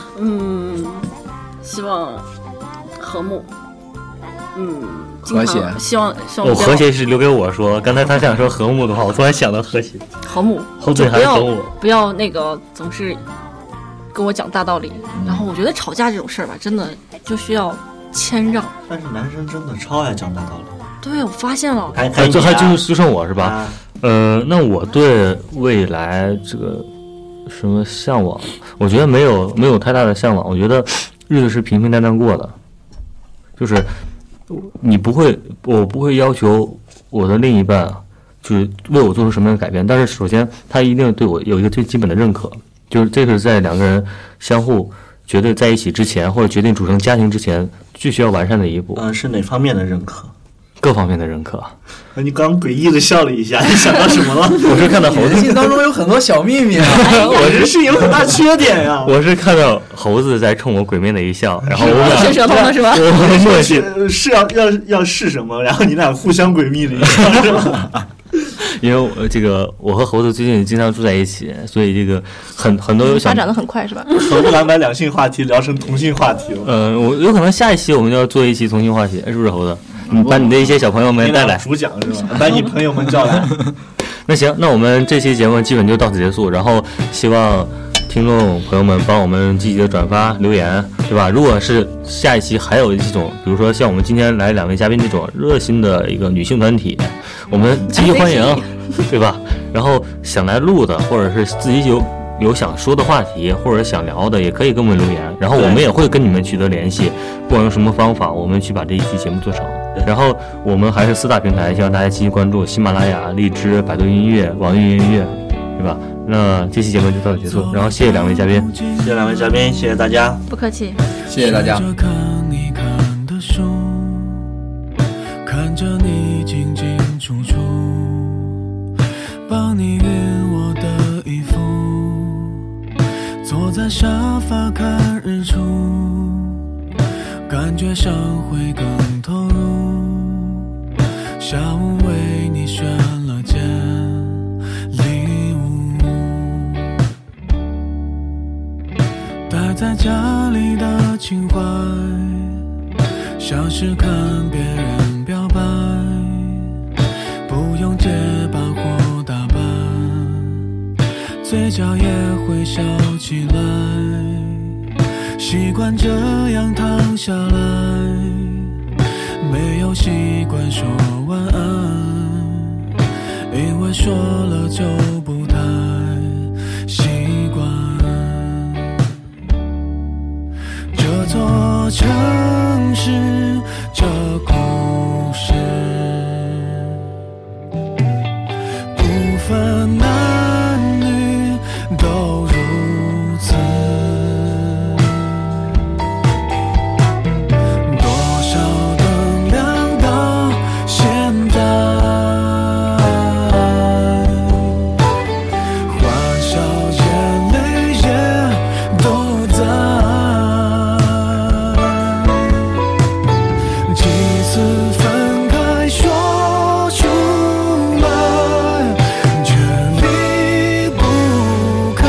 希望和睦。 和谐。 希望和谐是留给我说。刚才他想说和睦的话，我突然想到和谐。 和睦， 对，还是和睦。 不要那个总是跟我讲大道理。然后我觉得吵架这种事儿吧，真的就需要谦让。 但是男生真的超爱讲大道理。 对，我发现了。 就剩我是吧？那我对未来这个什么向往，我觉得没有太大的向往。我觉得日子是平平淡淡过的，就是我不会要求我的另一半就是为我做出什么样的改变，但是首先他一定对我有一个最基本的认可，就是这是在2个人相互决定在一起之前，或者决定组成家庭之前，最需要完善的一步。 是哪方面的认可？ 各方面的认可。 你刚诡异的笑了一下，你想到什么了？ 我是看到猴子人性当中有很多小秘密啊， 我这是有很大缺点呀。 我是看到猴子在冲我鬼面的一笑，然后我俩伸舌头了是吧？ 我默契是要是什么，然后你俩互相诡秘的一笑是吧？ 因为我和猴子最近经常住在一起，所以这个很多发展的很快是吧？ 猴子把两性话题聊成同性话题了。 我有可能下一期我们就要做一期同性话题，是不是猴子？你把你的一些小朋友们带来， 主讲是吧？把你朋友们叫来。 那行，那我们这期节目基本就到此结束，然后希望听众朋友们帮我们积极的转发留言，对吧？如果是下一期还有这种，比如说像我们今天来2位嘉宾这种热心的一个女性团体，我们积极欢迎，对吧？然后想来录的，或者是自己有想说的话题，或者想聊的，也可以跟我们留言，然后我们也会跟你们取得联系，不管用什么方法，我们去把这一期节目做成。然后我们还是4大平台，希望大家继续关注喜马拉雅、荔枝、百度音乐、网易云音乐，对吧？那这期节目就到此结束，然后谢谢2位嘉宾， 谢谢2位嘉宾，谢谢大家， 不客气， 谢谢大家。 看着你进进出出，帮你熨我的衣服，坐在沙发看日出，感觉上会更投入。下午为你选了件礼物，待在家里的情怀，像是看别人表白，不用结巴或打扮，嘴角也会笑起来，习惯这样躺下来，没有习惯说晚安，因为说了就不太习惯。这座城市，这故事，不分男女都如此。多少灯亮到现在，欢笑眼泪也都在。几次分开说出来，却离不开，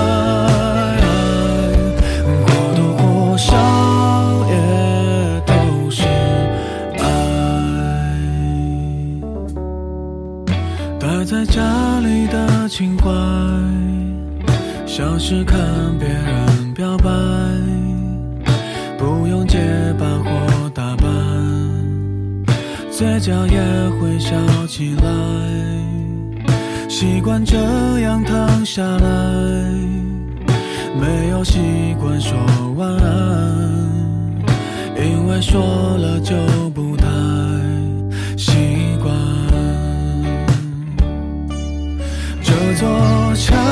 或多或少也都是爱。待在家里的情怀，像是看别人表白，不用结巴或打扮，嘴角也会笑起来，习惯这样躺下来，没有习惯说晚安，因为说了就不太习惯。这座城